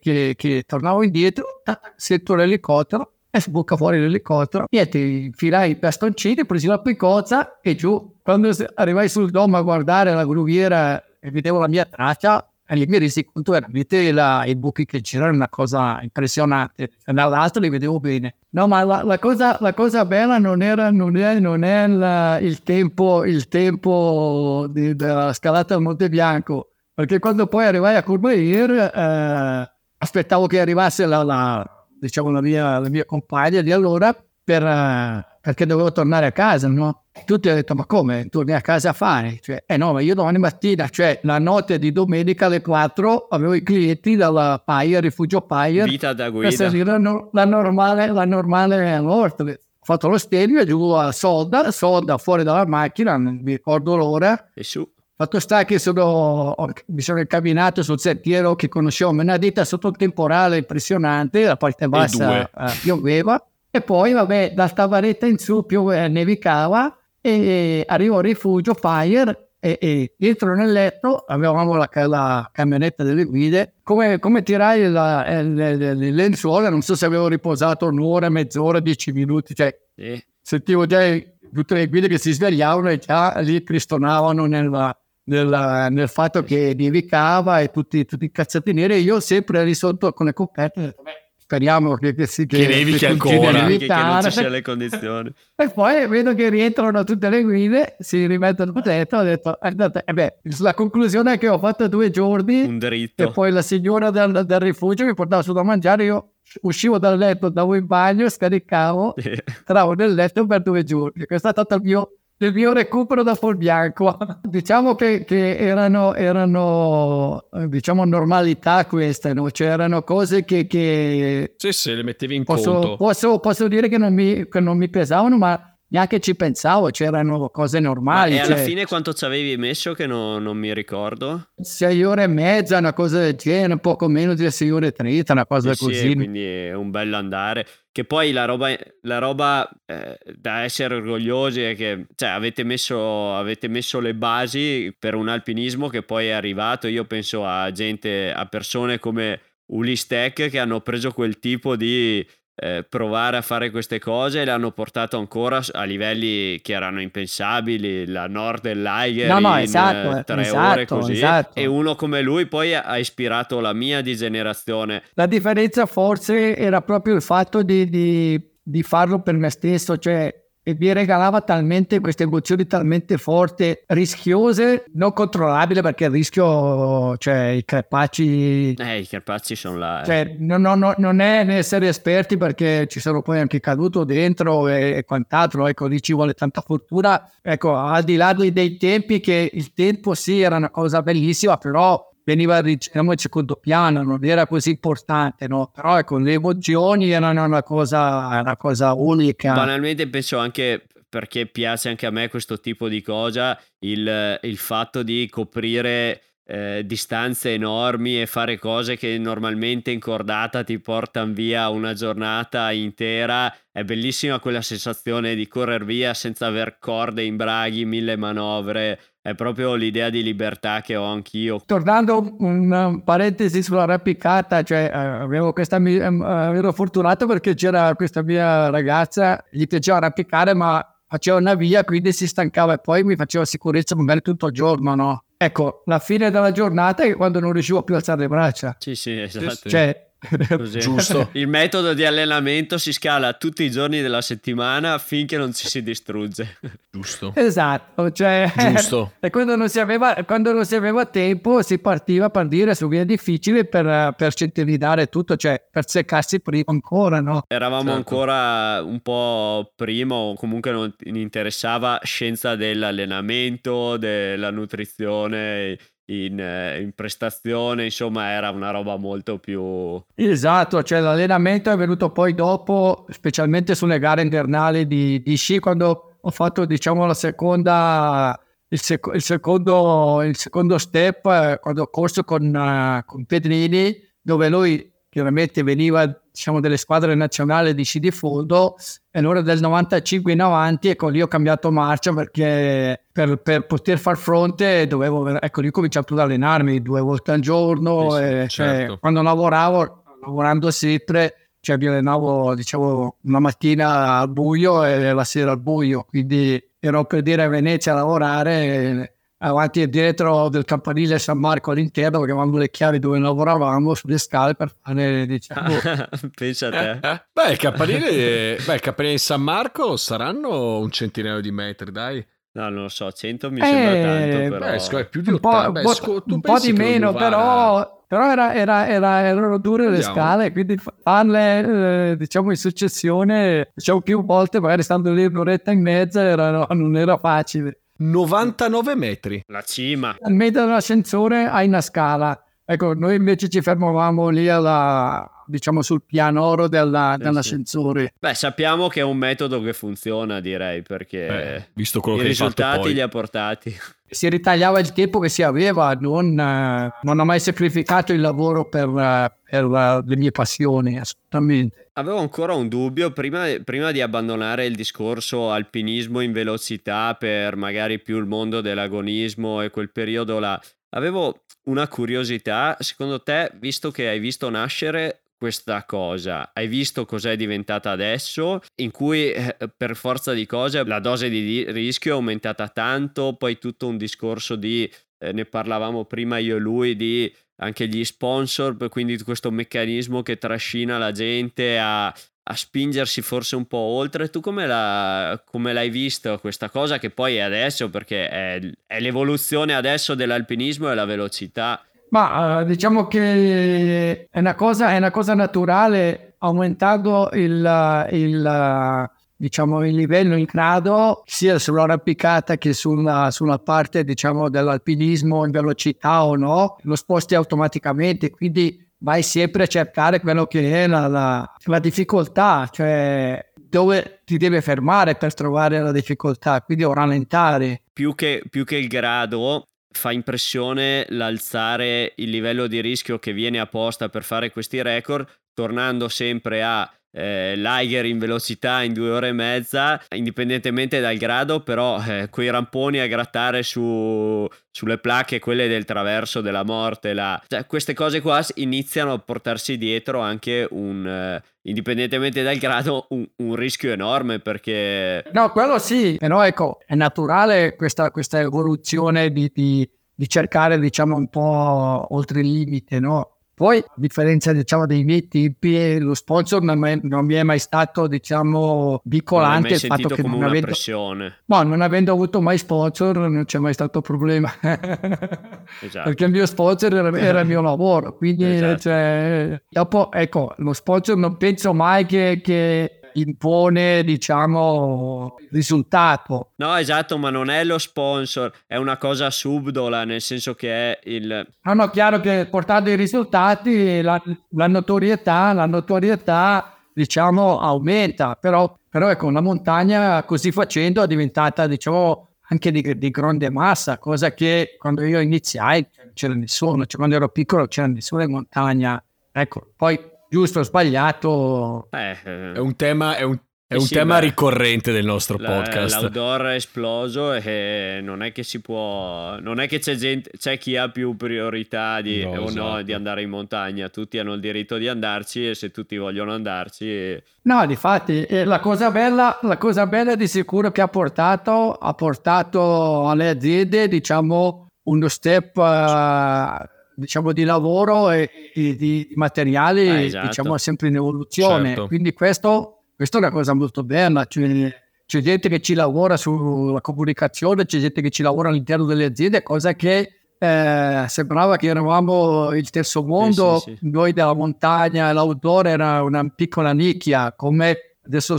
che tornavo indietro, sento l'elicottero. E sbuca fuori l'elicottero, niente, infilai i bastoncini, presi la piccozza e giù. Quando arrivai sul domo a guardare la gruviera e vedevo la mia traccia, e lì mi resi conto veramente i buchi che c'erano, una cosa impressionante. Dall'altro li vedevo bene. No, ma la cosa bella non è il tempo della scalata al Monte Bianco, perché quando poi arrivai a Courmayeur aspettavo che arrivasse la mia compagna di allora, perché dovevo tornare a casa, no? Tutti hanno detto, ma come? Torni a casa a fare? Cioè, no, ma io domani mattina, cioè la notte di domenica alle 4, avevo i clienti dalla Paia, Rifugio Paia,
Vita da
per
guida.
salire la normale Ortoli. Ho fatto lo stelvio giù a Solda fuori dalla macchina, non mi ricordo l'ora.
E su.
Fatto sta che mi sono incamminato sul sentiero che conoscevo Menadita sotto un temporale impressionante, la parte bassa pioveva, e poi vabbè da Stavaretta in su nevicava, e arrivo al Rifugio Fire e entro nel letto, avevamo la camionetta delle guide, come tirai le lenzuola, non so se avevo riposato un'ora, mezz'ora, 10 minuti, cioè sentivo già tutte le guide che si svegliavano e già lì cristonavano nel fatto che nevicava e tutti i cazzati neri, e io sempre lì sotto con le coperte ho detto, speriamo che
nevichi ancora,
che non ci siano le condizioni.
E poi vedo che rientrano tutte le guide, si rimettono a letto, ho detto la conclusione è che ho fatto 2 giorni
un dritto,
e poi la signora del rifugio mi portava su da mangiare, io uscivo dal letto, andavo in bagno, scaricavo, entravo nel letto per 2 giorni. Questo è stato il mio recupero da Folbianco. Diciamo che erano diciamo normalità queste, no? Cioè erano cose che
sì, le mettevi in conto.
Posso dire che non mi pesavano, ma neanche ci pensavo, c'erano cose normali.
E alla fine quanto ci avevi messo che non mi ricordo?
6 ore e mezza, una cosa del genere, un poco meno di 6 ore e 30, una cosa così.
Sì, quindi è un bello andare. Che poi la roba da essere orgogliosi è che avete messo le basi per un alpinismo che poi è arrivato. Io penso a persone come Ulis Tech che hanno preso quel tipo di provare a fare queste cose e le hanno portato ancora a livelli che erano impensabili, la Norderliger in 3 ore così, e uno come lui poi ha ispirato la mia di generazione.
La differenza forse era proprio il fatto di farlo per me stesso, cioè, e mi regalava talmente queste emozioni talmente forti, rischiose, non controllabili, perché il rischio, cioè i crepacci
sono là.
Cioè, non è essere esperti, perché ci sono poi anche caduto dentro e quant'altro, ecco, lì ci vuole tanta fortuna. Ecco, al di là dei tempi, che il tempo sì era una cosa bellissima, però veniva diciamo in secondo piano, non era così importante, no? Però ecco, le emozioni erano una cosa unica.
Banalmente penso anche, perché piace anche a me questo tipo di cosa, il fatto di coprire distanze enormi e fare cose che normalmente in cordata ti portano via una giornata intera. È bellissima quella sensazione di correre via senza aver corde, imbraghi, 1000 manovre. È proprio l'idea di libertà che ho anch'io.
Tornando un parentesi sull'arrampicata, cioè ero fortunato perché c'era questa mia ragazza, gli piaceva arrampicare, ma faceva una via, quindi si stancava, e poi mi faceva sicurezza magari tutto il giorno, no? Ecco, la fine della giornata è quando non riuscivo più a alzare le braccia.
Sì, esatto.
Cioè,
giusto.
Il metodo di allenamento si scala tutti i giorni della settimana finché non ci si distrugge.
Giusto.
Esatto, cioè,
giusto.
E quando non si aveva tempo, si partiva per dire su vie difficili per centellinare tutto, cioè per seccarsi prima ancora, no?
Eravamo ancora un po' prima, o comunque non interessava scienza dell'allenamento, della nutrizione in prestazione, insomma era una roba molto più...
Esatto, cioè l'allenamento è venuto poi dopo, specialmente sulle gare invernali di sci, quando ho fatto diciamo il secondo step, quando ho corso con Pedrini, dove lui chiaramente veniva diciamo delle squadre nazionali di sci di fondo, e allora del 95 in avanti, ecco, lì ho cambiato marcia, perché per poter far fronte dovevo, ecco, lì ho cominciato ad allenarmi 2 volte al giorno,
certo.
cioè, quando lavorando sempre, cioè mi allenavo diciamo una mattina al buio e la sera al buio, quindi ero per dire a Venezia a lavorare, avanti e dietro del campanile San Marco all'interno, perché avevamo le chiavi dove lavoravamo sulle scale per fare, diciamo...
Pensa a te.
Beh, il campanile di San Marco saranno un centinaio di metri, dai.
No, non lo so, 100 mi sembra tanto, però...
È più di 80.
Un po' di meno, però Però erano dure le
Vediamo.
scale, quindi farle diciamo in successione, diciamo più volte, magari stando lì un'oretta e mezza, non era facile.
99 metri.
La cima.
Al mezzo dell'ascensore hai una scala. Ecco, noi invece ci fermavamo lì diciamo sul pianoro dell'ascensore.
Beh, sappiamo che è un metodo che funziona, direi, perché
Visto quello
i
che hai fatto
risultati
poi.
li ha portati.
Si ritagliava il tempo che si aveva, non ho mai sacrificato il lavoro per le mie passioni, assolutamente.
Avevo ancora un dubbio prima di abbandonare il discorso alpinismo in velocità per magari più il mondo dell'agonismo e quel periodo là. Avevo una curiosità, secondo te, visto che hai visto nascere questa cosa, hai visto cos'è diventata adesso, in cui per forza di cose la dose di rischio è aumentata tanto, poi tutto un discorso di, ne parlavamo prima io e lui, di anche gli sponsor, quindi questo meccanismo che trascina la gente a spingersi forse un po' oltre. Tu come l'hai visto questa cosa, che poi è adesso, perché è l'evoluzione adesso dell'alpinismo e la velocità?
Ma diciamo che è una cosa naturale, aumentando diciamo, il livello in grado sia sull'arrampicata che sulla parte diciamo dell'alpinismo in velocità o no, lo sposti automaticamente, quindi vai sempre a cercare quello che è la difficoltà, cioè dove ti deve fermare per trovare la difficoltà, quindi o rallentare.
Più che il grado, fa impressione l'alzare il livello di rischio che viene apposta per fare questi record, tornando sempre a Liger in velocità in 2 ore e mezza, indipendentemente dal grado, però quei ramponi a grattare sulle placche, quelle del traverso della morte là. Cioè, queste cose qua iniziano a portarsi dietro anche indipendentemente dal grado, un rischio enorme, perché
No, quello sì, però ecco, è naturale questa evoluzione di cercare, diciamo, un po' oltre il limite, no? Poi, a differenza, diciamo, dei miei tempi, lo sponsor non mi è mai stato, diciamo,
non hai
vincolante
mai
il fatto
sentito
che
come
non
una
avendo,
pressione.
no, non avendo avuto mai sponsor non c'è mai stato problema.
Esatto.
Perché il mio sponsor era il mio lavoro, quindi
Esatto.
cioè, dopo, ecco, lo sponsor non penso mai che impone, diciamo, il risultato.
No, esatto, ma non è lo sponsor, è una cosa subdola, nel senso che è il...
No, chiaro che portando i risultati la notorietà, diciamo, aumenta, però ecco, la montagna così facendo è diventata, diciamo, anche di grande massa, cosa che quando io iniziai non c'era nessuno, cioè quando ero piccolo c'era nessuno in montagna. Ecco, poi giusto o sbagliato...
È un tema
sì,
tema
beh,
ricorrente del nostro podcast.
L'outdoor è esploso e non è che si può, non è che c'è chi ha più priorità di,
No,
o no,
esatto.
di andare in montagna. Tutti hanno il diritto di andarci, e se tutti vogliono andarci...
No, difatti, la cosa bella di sicuro che ha portato alle aziende, diciamo, uno step, diciamo, di lavoro e di materiali,
esatto.
diciamo, sempre in evoluzione.
Certo.
Quindi questo è una cosa molto bella. C'è gente che ci lavora sulla comunicazione, c'è gente che ci lavora all'interno delle aziende, cosa che sembrava che eravamo il terzo mondo,
sì.
Noi della montagna e l'outdoor era una piccola nicchia, come adesso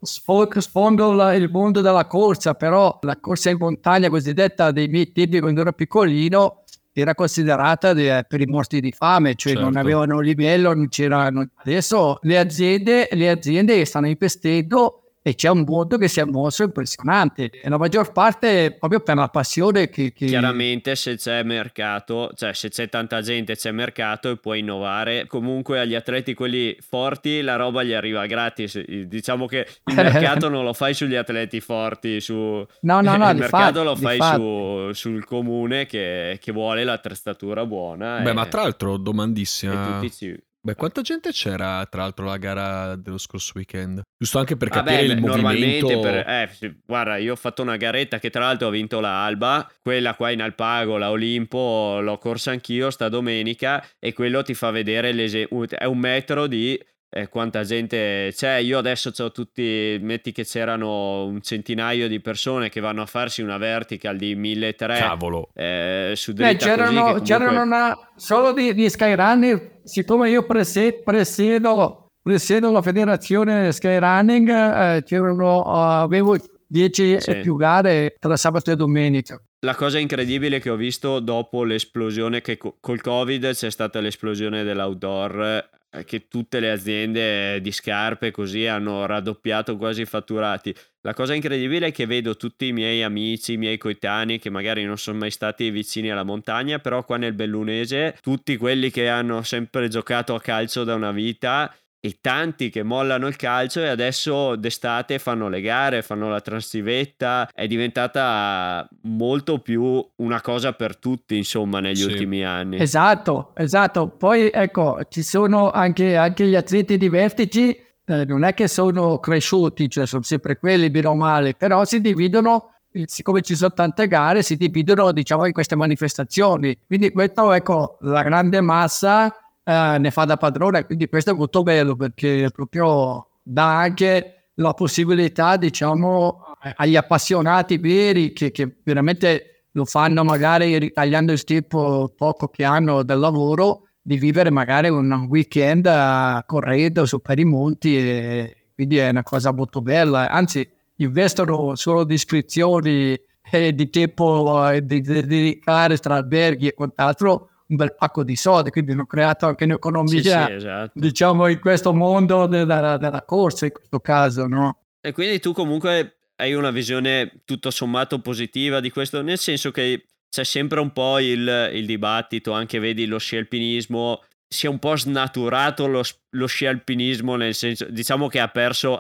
sfondo il mondo della corsa, però la corsa in montagna cosiddetta dei miei tempi quando ero piccolino era considerata per i morti di fame, cioè
Certo.
non avevano livello, non c'era. Adesso le aziende stanno investendo e c'è un mondo che si è mosso impressionante, e la maggior parte proprio per la passione che...
Chiaramente se c'è mercato, cioè se c'è tanta gente c'è mercato e puoi innovare. Comunque agli atleti quelli forti la roba gli arriva gratis. Diciamo che il mercato non lo fai sugli atleti forti,
No,
il mercato
difatti,
lo fai sul comune che vuole l'attrezzatura buona.
Beh, ma tra l'altro domandissima.
E tutti ci...
Beh, quanta gente c'era tra l'altro alla gara dello scorso weekend? Giusto anche per
Vabbè,
capire il movimento.
Normalmente guarda, io ho fatto una garetta che tra l'altro ho vinto la Alba, quella qua in Alpago, la Olimpo, l'ho corsa anch'io sta domenica, e quello ti fa vedere è 1 metro di quanta gente c'è. Io adesso c'ho tutti, metti che c'erano un centinaio di persone che vanno a farsi una vertical di 1.300
Cavolo.
su dritta così, che comunque...
c'erano solo di Skyrunning, siccome io presiedo la federazione Skyrunning, avevo 10
Sì.
e più gare tra sabato e domenica.
La cosa incredibile che ho visto dopo l'esplosione, che col Covid c'è stata l'esplosione dell'outdoor, che tutte le aziende di scarpe così hanno raddoppiato quasi i fatturati. La cosa incredibile è che vedo tutti i miei amici, i miei coetanei che magari non sono mai stati vicini alla montagna, però qua nel Bellunese tutti quelli che hanno sempre giocato a calcio da una vita e tanti che mollano il calcio e adesso d'estate fanno le gare, fanno la transivetta. È diventata molto più una cosa per tutti, insomma, negli ultimi anni.
Esatto. Poi ecco, ci sono anche gli atleti di vertici, non è che sono cresciuti, cioè sono sempre quelli, bene o male, però si dividono, siccome ci sono tante gare, si dividono, diciamo, in queste manifestazioni. Quindi questo, ecco, la grande massa ne fa da padrone, quindi questo è molto bello, perché proprio dà anche la possibilità, diciamo, agli appassionati veri che veramente lo fanno magari ritagliando il tempo poco che hanno del lavoro, di vivere magari un weekend correndo su per i monti, e quindi è una cosa molto bella. Anzi, investono solo di iscrizioni e di tempo di dedicare tra alberghi e quant'altro un bel pacco di soldi, quindi hanno creato anche un'economia,
esatto,
diciamo, in questo mondo della corsa, in questo caso, no?
E quindi tu comunque hai una visione tutto sommato positiva di questo, nel senso che c'è sempre un po' il dibattito, anche vedi lo sci alpinismo, si è un po' snaturato lo sci alpinismo, nel senso, diciamo che ha perso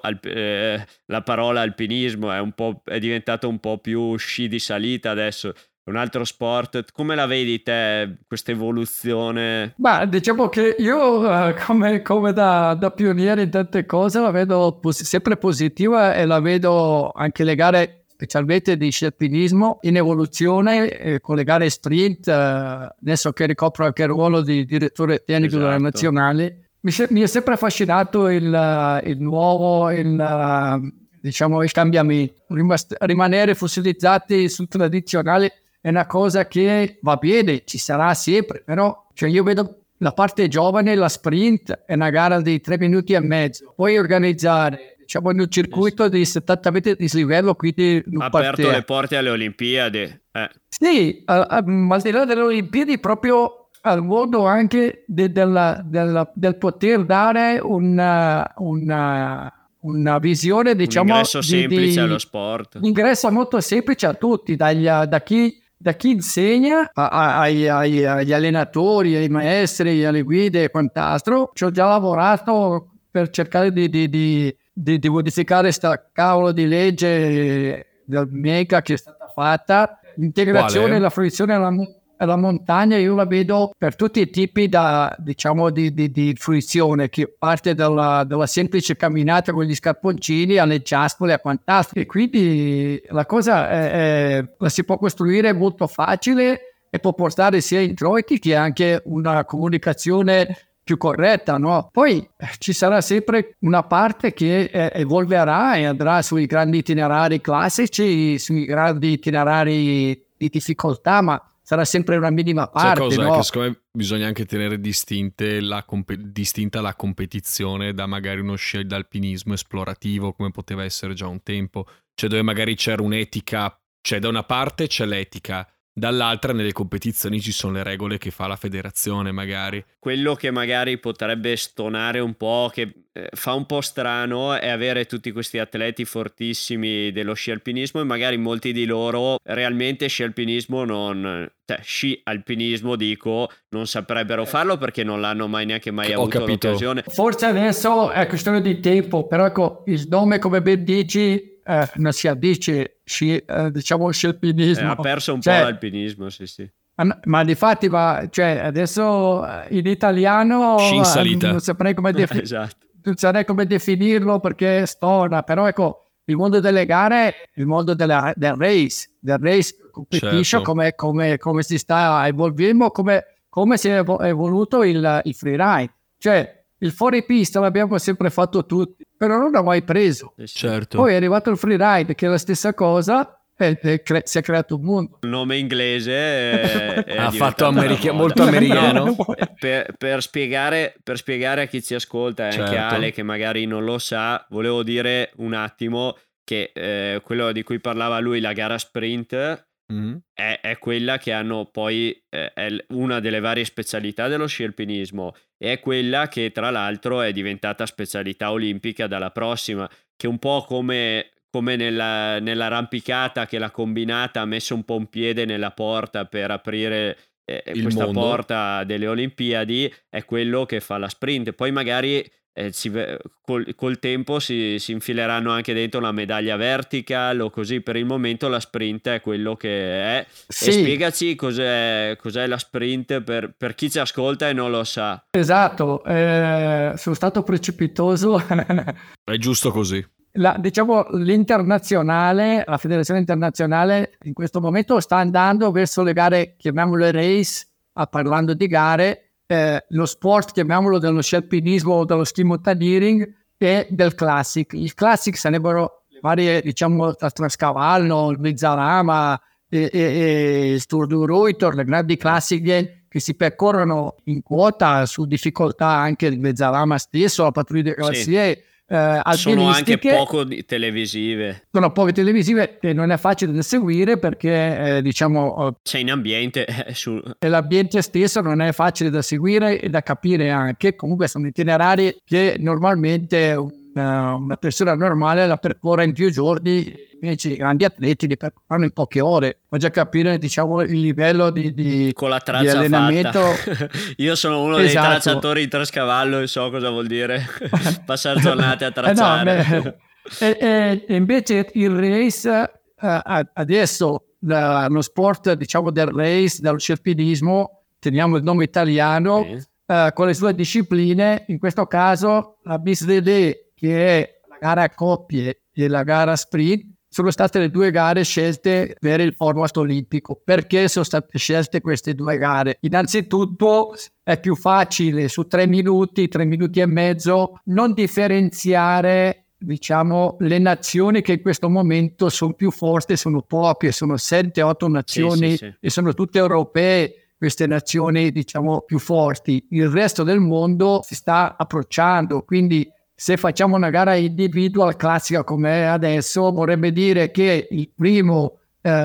la parola alpinismo, è diventato un po' più sci di salita adesso. Un altro sport. Come la vedi te questa evoluzione?
Ma diciamo che io come da pioniere in tante cose la vedo sempre positiva, e la vedo anche le gare, specialmente di sci alpinismo, in evoluzione, con le gare sprint, adesso che ricopro anche il ruolo di direttore tecnico della nazionale. Mi è sempre affascinato il nuovo, diciamo, il cambiamento. Rimanere fossilizzati sul tradizionale è una cosa che va bene, ci sarà sempre, però cioè io vedo la parte giovane, la sprint è una gara di 3 minuti e mezzo, puoi organizzare, diciamo, in un circuito di 70 metri di dislivello, quindi
ha aperto le porte alle Olimpiadi.
Sì, ma al di là delle Olimpiadi, proprio al modo anche del poter dare una visione, diciamo,
un ingresso semplice allo sport.
Un ingresso molto semplice a tutti, da chi insegna agli allenatori, ai maestri, alle guide e quant'altro. Ci ho già lavorato per cercare di modificare sta cavolo di legge del MECA che è stata fatta. L'integrazione e la fruizione alla montagna io la vedo per tutti i tipi di fruizione, che parte dalla semplice camminata con gli scarponcini alle giaspole e quant'altro, e quindi la cosa la si può costruire molto facile e può portare sia introiti che anche una comunicazione più corretta, no? Poi ci sarà sempre una parte che evolverà e andrà sui grandi itinerari classici, sui grandi itinerari di difficoltà, ma sarà sempre una minima parte.
C'è cosa,
no?
Che secondo me bisogna anche tenere distinta la competizione da magari uno sci d'alpinismo esplorativo, come poteva essere già un tempo, cioè dove magari c'era un'etica, cioè da una parte c'è l'etica, dall'altra nelle competizioni ci sono le regole che fa la federazione magari.
Quello che magari potrebbe stonare un po', che fa un po' strano, è avere tutti questi atleti fortissimi dello sci alpinismo e magari molti di loro realmente sci alpinismo non saprebbero farlo perché non l'hanno neanche mai avuto l'occasione.
Forse adesso è questione di tempo, però ecco, il nome, come ben dici, non si addice diciamo sci alpinismo.
Ha perso un po' l'alpinismo, sì.
Ma difatti adesso in italiano
sci in salita.
Non saprei come
esatto.
Non saprei come definirlo perché stona, però ecco, il mondo delle gare, il mondo del race competition, certo. come si sta evolvendo, come si è evoluto il freeride. Cioè il fuoripista l'abbiamo sempre fatto tutti, però non l'ho mai preso.
Certo.
Poi è arrivato il freeride, che è la stessa cosa, e si è creato un mondo.
Il nome inglese
ha fatto molto americano.
No, per spiegare a chi ci ascolta e anche Ale che magari non lo sa, volevo dire un attimo che quello di cui parlava lui, la gara sprint, è quella che hanno poi è una delle varie specialità dello sci alpinismo, e è quella che tra l'altro è diventata specialità olimpica dalla prossima, che un po' come nell'arrampicata, che la combinata ha messo un po' un piede nella porta per aprire questa
mondo.
Porta delle Olimpiadi, è quello che fa la sprint. Poi magari col tempo si infileranno anche dentro la medaglia vertical o così. Per il momento la sprint è quello che è.
Sì.
E spiegaci cos'è la sprint per chi ci ascolta e non lo sa.
Esatto, sono stato precipitoso.
È giusto così.
Diciamo l'internazionale, la federazione internazionale in questo momento sta andando verso le gare, chiamiamole race, parlando di gare, lo sport, chiamiamolo, dello sci alpinismo o dello ski mountaineering, e del classic. Il classic sarebbero le varie, diciamo, il Trascavallo, il Mezzalama e il Tour du Ruitor, le grandi classiche che si percorrono in quota su difficoltà anche il Mezzalama stesso, la Patrouille des Glaciers.
Sono anche poco televisive.
Sono poche televisive e non è facile da seguire perché diciamo
c'è in ambiente
e l'ambiente stesso non è facile da seguire e da capire anche. Comunque sono itinerari che normalmente una persona normale la percorre in più giorni, invece i grandi atleti li percorrono in poche ore. Puoi già capire, diciamo, il livello di
con la traccia
di allenamento.
Io sono uno dei tracciatori in Trascavallo e so cosa vuol dire passare giornate a tracciare.
E invece il race adesso lo sport, diciamo, del race, dello sci alpinismo, teniamo il nome italiano, con le sue discipline. In questo caso la BISDD, che è la gara a coppie e la gara sprint, sono state le due gare scelte per il format olimpico. Perché sono state scelte queste due gare? Innanzitutto è più facile su 3 minuti e mezzo non differenziare, diciamo, le nazioni che in questo momento sono più forti, sono poche, sono 7-8 nazioni, sì. E sono tutte europee queste nazioni, diciamo, più forti. Il resto del mondo si sta approcciando, quindi se facciamo una gara individual classica come è adesso, vorrebbe dire che il primo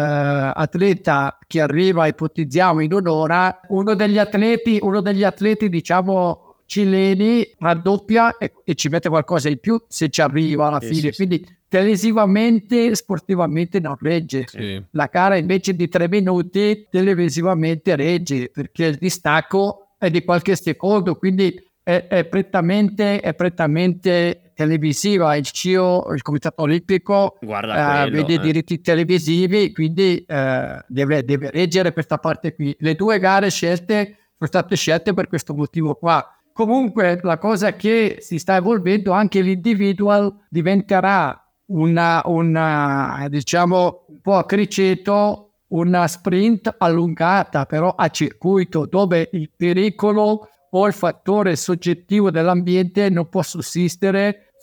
atleta che arriva, ipotizziamo, in un'ora, uno degli atleti, diciamo, cileni raddoppia e ci mette qualcosa in più se ci arriva alla fine. Quindi televisivamente, sportivamente non regge. La gara invece di 3 minuti televisivamente regge, perché il distacco è di qualche secondo, quindi è prettamente televisiva. Il CIO, il Comitato Olimpico, vede i diritti televisivi, quindi deve reggere questa parte qui. Le due gare sono state scelte per questo motivo qua. Comunque la cosa che si sta evolvendo, anche l'individual diventerà una diciamo un po' a criceto, una sprint allungata però a circuito, dove il pericolo o il fattore soggettivo dell'ambiente non può sussistere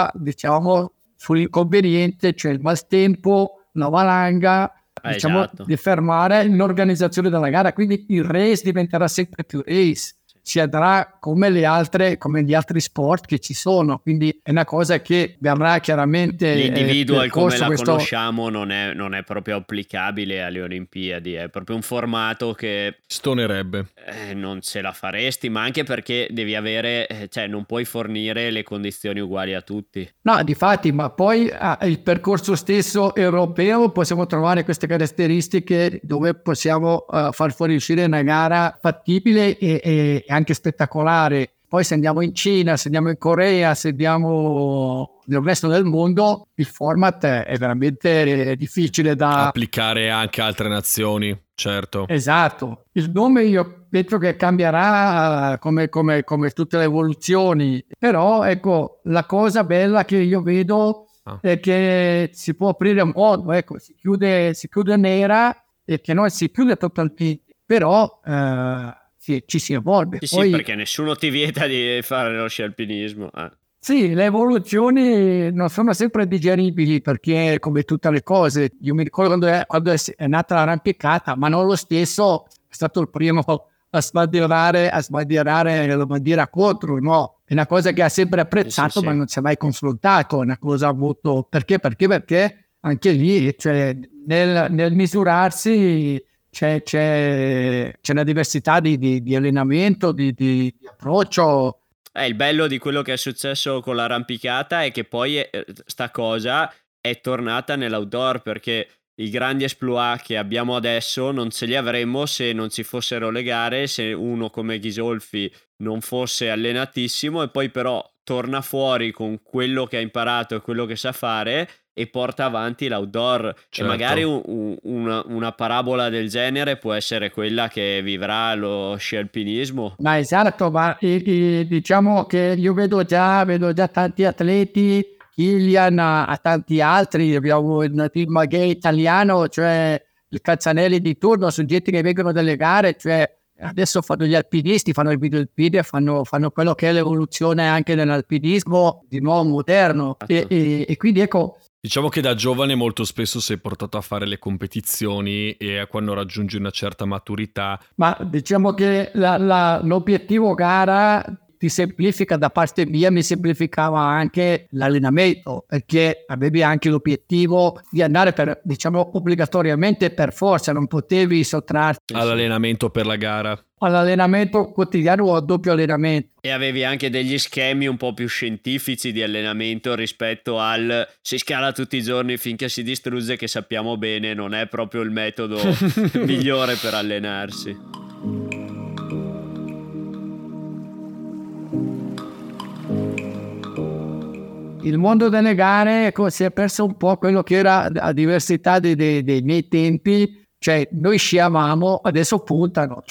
sull'inconveniente, cioè il maltempo, la valanga, diciamo, di fermare l'organizzazione della gara. Quindi il race diventerà sempre più race, si andrà come gli altri sport che ci sono, quindi è una cosa che verrà chiaramente
l'individual come la conosciamo non è proprio applicabile alle Olimpiadi, è proprio un formato che
stonerebbe,
non ce la faresti, ma anche perché devi avere, cioè non puoi fornire le condizioni uguali a tutti.
No, difatti, ma poi il percorso stesso europeo possiamo trovare queste caratteristiche dove possiamo far fuoriuscire una gara fattibile e anche spettacolare. Poi se andiamo in Cina, se andiamo in Corea, se andiamo nel resto del mondo, il format è veramente difficile da
applicare anche a altre nazioni, certo.
Esatto. Il nome io penso che cambierà come tutte le evoluzioni, però ecco, la cosa bella che io vedo è che si può aprire un mondo, ecco, si chiude nera e che non si chiude totalmente, però ci si evolve.
Sì,
Poi,
sì, perché nessuno ti vieta di fare lo sci alpinismo.
sì, le evoluzioni non sono sempre digeribili perché, come tutte le cose, io mi ricordo quando è nata l'arrampicata, ma non lo stesso è stato il primo a sbandierare la bandiera contro, no? È una cosa che ha sempre apprezzato,
Sì.
ma non si è mai confrontato, è una cosa molto... Perché anche lì, cioè, nel misurarsi c'è una diversità di allenamento, di approccio.
Il bello di quello che è successo con l'arrampicata è che poi sta cosa è tornata nell'outdoor, perché i grandi exploit che abbiamo adesso non ce li avremmo se non ci fossero le gare, se uno come Ghisolfi non fosse allenatissimo e poi però torna fuori con quello che ha imparato e quello che sa fare e porta avanti l'outdoor.
Certo.
E magari una parabola del genere può essere quella che vivrà lo sci alpinismo.
Ma esatto, ma diciamo che io vedo già tanti atleti, Kilian a tanti altri, abbiamo il team Magay italiano, cioè il Calzanelli di turno, soggetti che vengono dalle gare, cioè adesso fanno gli alpinisti, fanno il video alpini, fanno quello che è l'evoluzione anche nell'alpinismo di nuovo moderno. E quindi ecco,
diciamo che da giovane molto spesso sei portato a fare le competizioni e quando raggiungi una certa maturità.
ma diciamo che l'obiettivo gara ti semplifica, da parte mia mi semplificava anche l'allenamento, perché avevi anche l'obiettivo di andare diciamo obbligatoriamente per forza, non potevi sottrarti
All'allenamento per la gara.
all'allenamento quotidiano o al doppio allenamento.
E avevi anche degli schemi un po' più scientifici di allenamento rispetto al si scala tutti i giorni finché si distrugge, che sappiamo bene non è proprio il metodo migliore per allenarsi.
Il mondo delle gare si è perso un po' quello che era a diversità dei miei tempi, cioè noi sciavamo, adesso puntano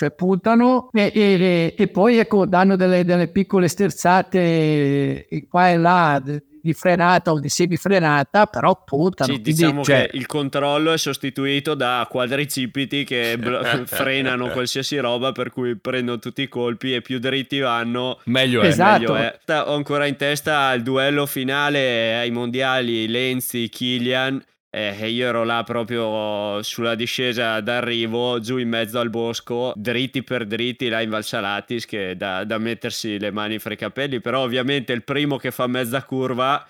e poi ecco danno delle piccole sterzate qua e là di frenata o di semifrenata, però puntano.
Sì, diciamo che il controllo è sostituito da quadricipiti che frenano qualsiasi roba, per cui prendono tutti i colpi e più dritti vanno
meglio è.
Esatto.
Meglio è. Ho ancora in testa il duello finale ai mondiali Lenzi Kilian. Io ero là proprio sulla discesa d'arrivo, giù in mezzo al bosco, dritti per dritti là in Valsalatis, che da mettersi le mani fra i capelli. Però ovviamente il primo che fa mezza curva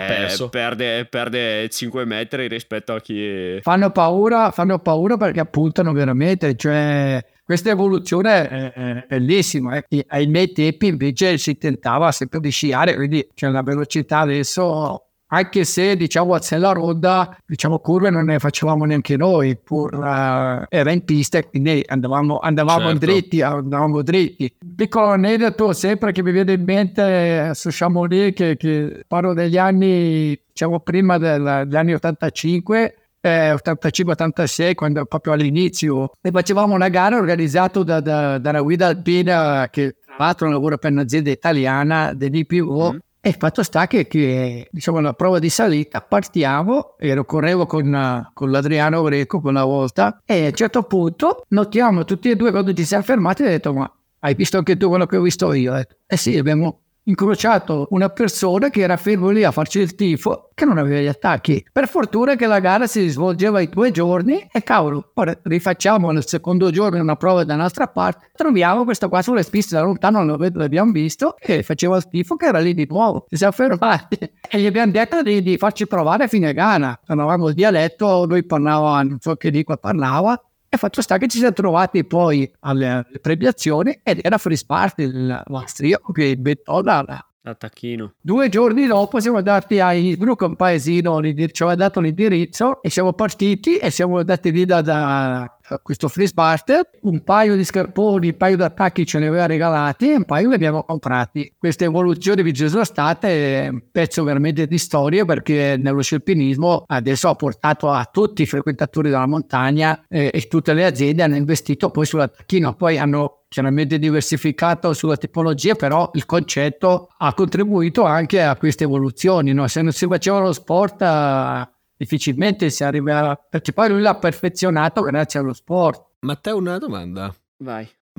perde 5 metri rispetto a chi...
Fanno paura perché puntano veramente, cioè questa evoluzione è bellissima. Ai miei tempi invece si tentava sempre di sciare, quindi c'è una velocità adesso... Anche se diciamo a Sella Ronda, diciamo curve non ne facevamo neanche noi, pur era in pista e quindi andavamo
certo.
dritti. Piccolo aneddoto sempre che mi viene in mente su Chamonix, che parlo degli anni, diciamo prima degli anni 85, 85-86, quando proprio all'inizio, e facevamo una gara organizzata da una guida alpina che tra l'altro lavora per un'azienda italiana dell'IPO. E fatto sta che diciamo la prova di salita partiamo, correvo con l'Adriano Greco quella volta, e a un certo punto notiamo tutti e due, quando ci siamo fermati, ho detto: ma hai visto anche tu quello che ho visto io? Sì, abbiamo incrociato una persona che era fermo lì a farci il tifo, che non aveva gli attacchi. Per fortuna che la gara si svolgeva in 2 giorni e cavolo, ora rifacciamo nel secondo giorno una prova da un'altra parte, troviamo questo qua sulle piste da lontano, l'abbiamo visto e faceva il tifo, che era lì di nuovo. Ci siamo fermati e gli abbiamo detto di farci provare a fine gara. Parlavamo il dialetto, lui parlava, non so che lingua parlava. E fatto sta che ci siamo trovati poi alle premiazioni ed era Free Spark, il austriaco che inventò
l'attacchino.
2 giorni dopo siamo andati a Innsbruck, un paesino, ci aveva dato l'indirizzo e siamo partiti e siamo andati lì da questo Free Spark. Un paio di scarponi, un paio di attacchi ce li aveva regalati e un paio li abbiamo comprati. Queste evoluzioni vi ci sono state, un pezzo veramente di storia, perché nello sci alpinismo adesso ha portato a tutti i frequentatori della montagna e tutte le aziende hanno investito poi sull'attacchino, poi hanno chiaramente diversificato sulla tipologia, però il concetto ha contribuito anche a queste evoluzioni, no? Se non si faceva lo sport difficilmente si arriva, perché poi lui l'ha perfezionato grazie allo sport.
Matteo, una domanda.
Vai.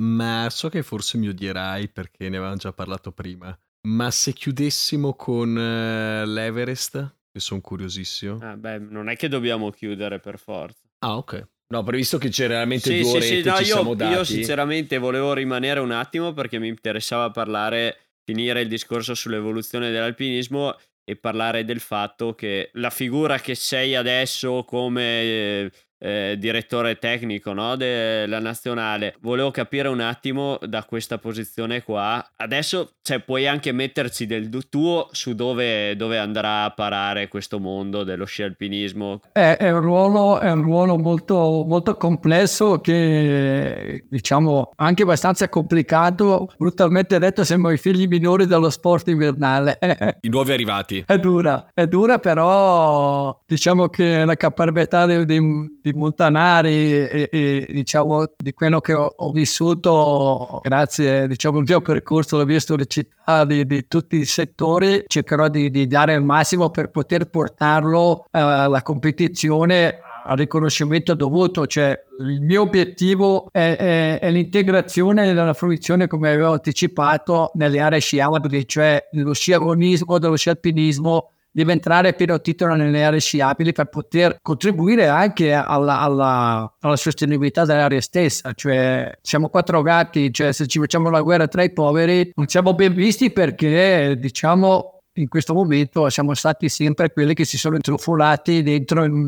ma so che forse mi odierai perché ne avevamo già parlato prima. Ma se chiudessimo con l'Everest, che sono curiosissimo.
Non è che dobbiamo chiudere per forza.
Ah, ok. No, previsto che generalmente
Sì,
2
sì,
orette
no,
ci siamo dati.
io sinceramente volevo rimanere un attimo perché mi interessava finire il discorso sull'evoluzione dell'alpinismo e parlare del fatto che la figura che sei adesso come direttore tecnico, no, della nazionale, volevo capire un attimo da questa posizione qua. Adesso puoi anche metterci del tuo su dove andrà a parare questo mondo dello sci alpinismo.
È un ruolo molto, molto complesso che, diciamo, anche abbastanza complicato. Brutalmente detto, siamo i figli minori dello sport invernale.
I nuovi arrivati.
È dura, però diciamo che la capacità di montanari e diciamo di quello che ho vissuto grazie, diciamo, al mio percorso, l'ho visto le città di tutti i settori, cercherò di dare il massimo per poter portarlo alla competizione, al riconoscimento dovuto. Cioè, il mio obiettivo è l'integrazione della fruizione, come avevo anticipato, nelle aree sciabili, cioè dello sci agonismo, dello sci alpinismo, diventare pieno titolo nelle aree sciabili per poter contribuire anche alla sostenibilità dell'area stessa. Cioè, siamo 4 gatti, cioè se ci facciamo la guerra tra i poveri non siamo ben visti, perché diciamo in questo momento siamo stati sempre quelli che si sono intrufolati dentro in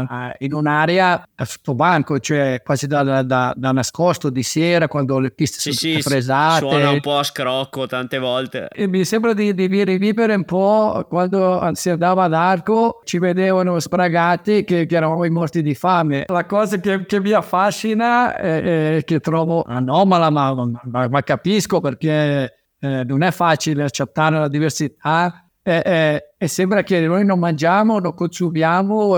un'area a sottobanco, cioè quasi da nascosto di sera, quando le piste sono fresate.
Suona un po' a scrocco tante volte.
E mi sembra di rivivere un po' quando si andava ad Arco, ci vedevano sbragati che eravamo morti di fame. La cosa che mi affascina che trovo anomala, ma capisco, perché non è facile accettare la diversità, e sembra che noi non mangiamo, non consumiamo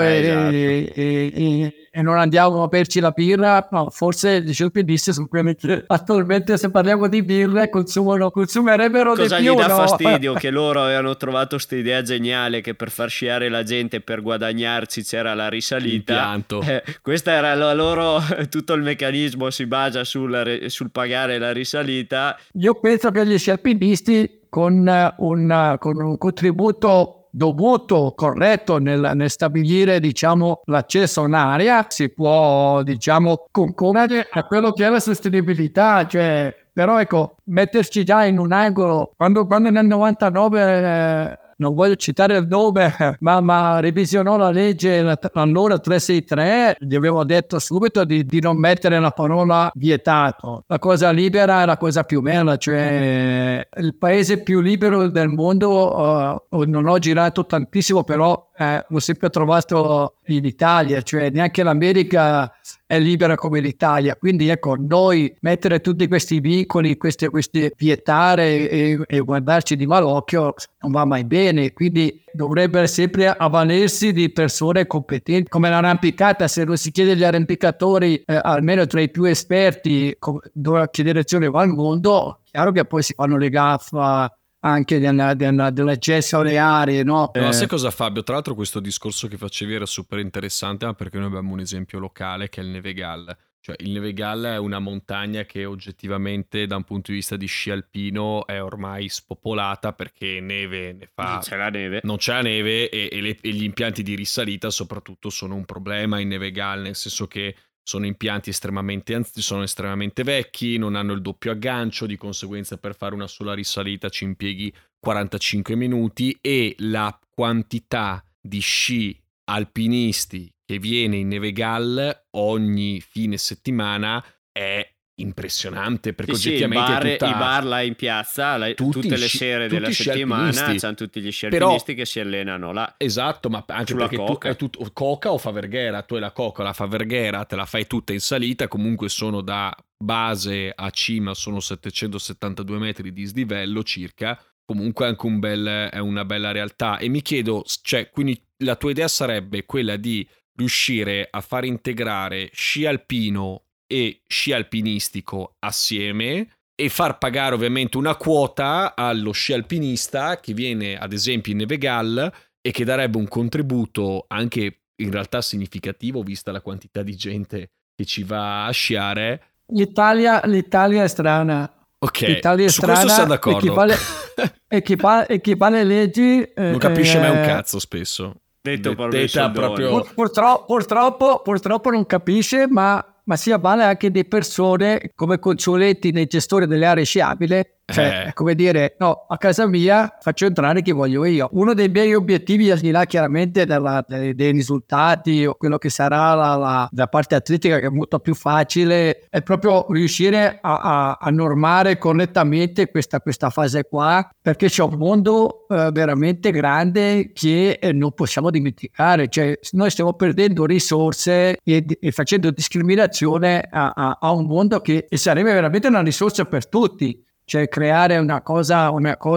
e non andiamo a berci la birra. No, forse gli alpinisti sono quelli che attualmente, se parliamo di birra, consumerebbero di più.
Cosa gli dà fastidio? Che loro avevano trovato questa idea geniale che per far sciare la gente, per guadagnarci, c'era la risalita. Questa era la loro, tutto il meccanismo si basa sul pagare la risalita.
Io penso che gli sci alpinisti con un contributo dovuto, corretto nel stabilire, diciamo, l'accesso a un'area, si può, diciamo, concorrere a quello che è la sostenibilità. Cioè, però ecco, metterci già in un angolo, quando nel 99 non voglio citare il nome, ma revisionò la legge allora 363, gli avevo detto subito di non mettere la parola vietato. La cosa libera è la cosa più bella, cioè il paese più libero del mondo. Non ho girato tantissimo, però l'ho sempre trovato in Italia, cioè neanche l'America è libera come l'Italia. Quindi ecco, noi mettere tutti questi vincoli, questi vietare e guardarci di malocchio non va mai bene. Quindi dovrebbe sempre avvalersi di persone competenti, come l'arrampicata. Se non si chiede agli arrampicatori, almeno tra i più esperti, che direzione va il mondo, chiaro che poi si fanno le gaffe anche dell'accesso alle aree, no?
No, sai cosa, Fabio? Tra l'altro questo discorso che facevi era super interessante, ma perché noi abbiamo un esempio locale che è il Nevegal. Cioè, il Nevegal è una montagna che oggettivamente, da un punto di vista di sci alpino, è ormai spopolata, perché neve ne fa. Non c'è la neve e gli impianti di risalita soprattutto sono un problema in Nevegal, nel senso che sono impianti sono estremamente vecchi, non hanno il doppio aggancio, di conseguenza per fare una sola risalita ci impieghi 45 minuti, e la quantità di sci alpinisti che viene in Nevegal ogni fine settimana è impressionante, perché oggettivamente
i bar là in piazza tutte le sere della settimana c'hanno tutti gli sci alpinisti che si allenano là.
Esatto, ma anche perché Coca o Faverghera, tu hai la Coca, la Faverghera te la fai tutta in salita, comunque sono da base a cima sono 772 metri di slivello circa, comunque anche è una bella realtà. E mi chiedo, cioè, quindi la tua idea sarebbe quella di riuscire a far integrare sci alpino e sci alpinistico assieme, e far pagare ovviamente una quota allo sci alpinista che viene ad esempio in Nevegal e che darebbe un contributo anche in realtà significativo, vista la quantità di gente che ci va a sciare,
l'Italia è strana.
Ok,
L'Italia è
su
strana,
questo siamo d'accordo.
e chi fa le leggi
non capisce mai un cazzo spesso.
Detto
Detta proprio...
Purtroppo non capisce, ma sia vale anche di persone come consulenti nei gestori delle aree sciabili. Cioè, è come dire, no, a casa mia faccio entrare chi voglio io. Uno dei miei obiettivi, al di là chiaramente dei risultati o quello che sarà la parte atletica, che è molto più facile, è proprio riuscire a normare correttamente questa fase qua, perché c'è un mondo veramente grande che non possiamo dimenticare. Cioè, noi stiamo perdendo risorse e facendo discriminazione a un mondo che sarebbe veramente una risorsa per tutti. Cioè creare una cosa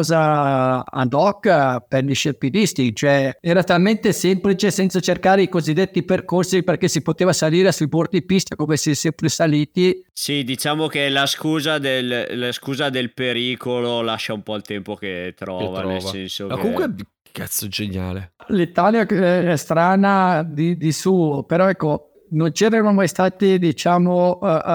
ad hoc per gli sci alpinisti, cioè era talmente semplice senza cercare i cosiddetti percorsi, perché si poteva salire sui bordi pista come si è sempre saliti.
Sì, diciamo che la scusa del pericolo lascia un po' il tempo che trova. Nel senso
ma
che...
comunque cazzo geniale.
L'Italia è strana di suo, però ecco, non c'erano mai stati, diciamo,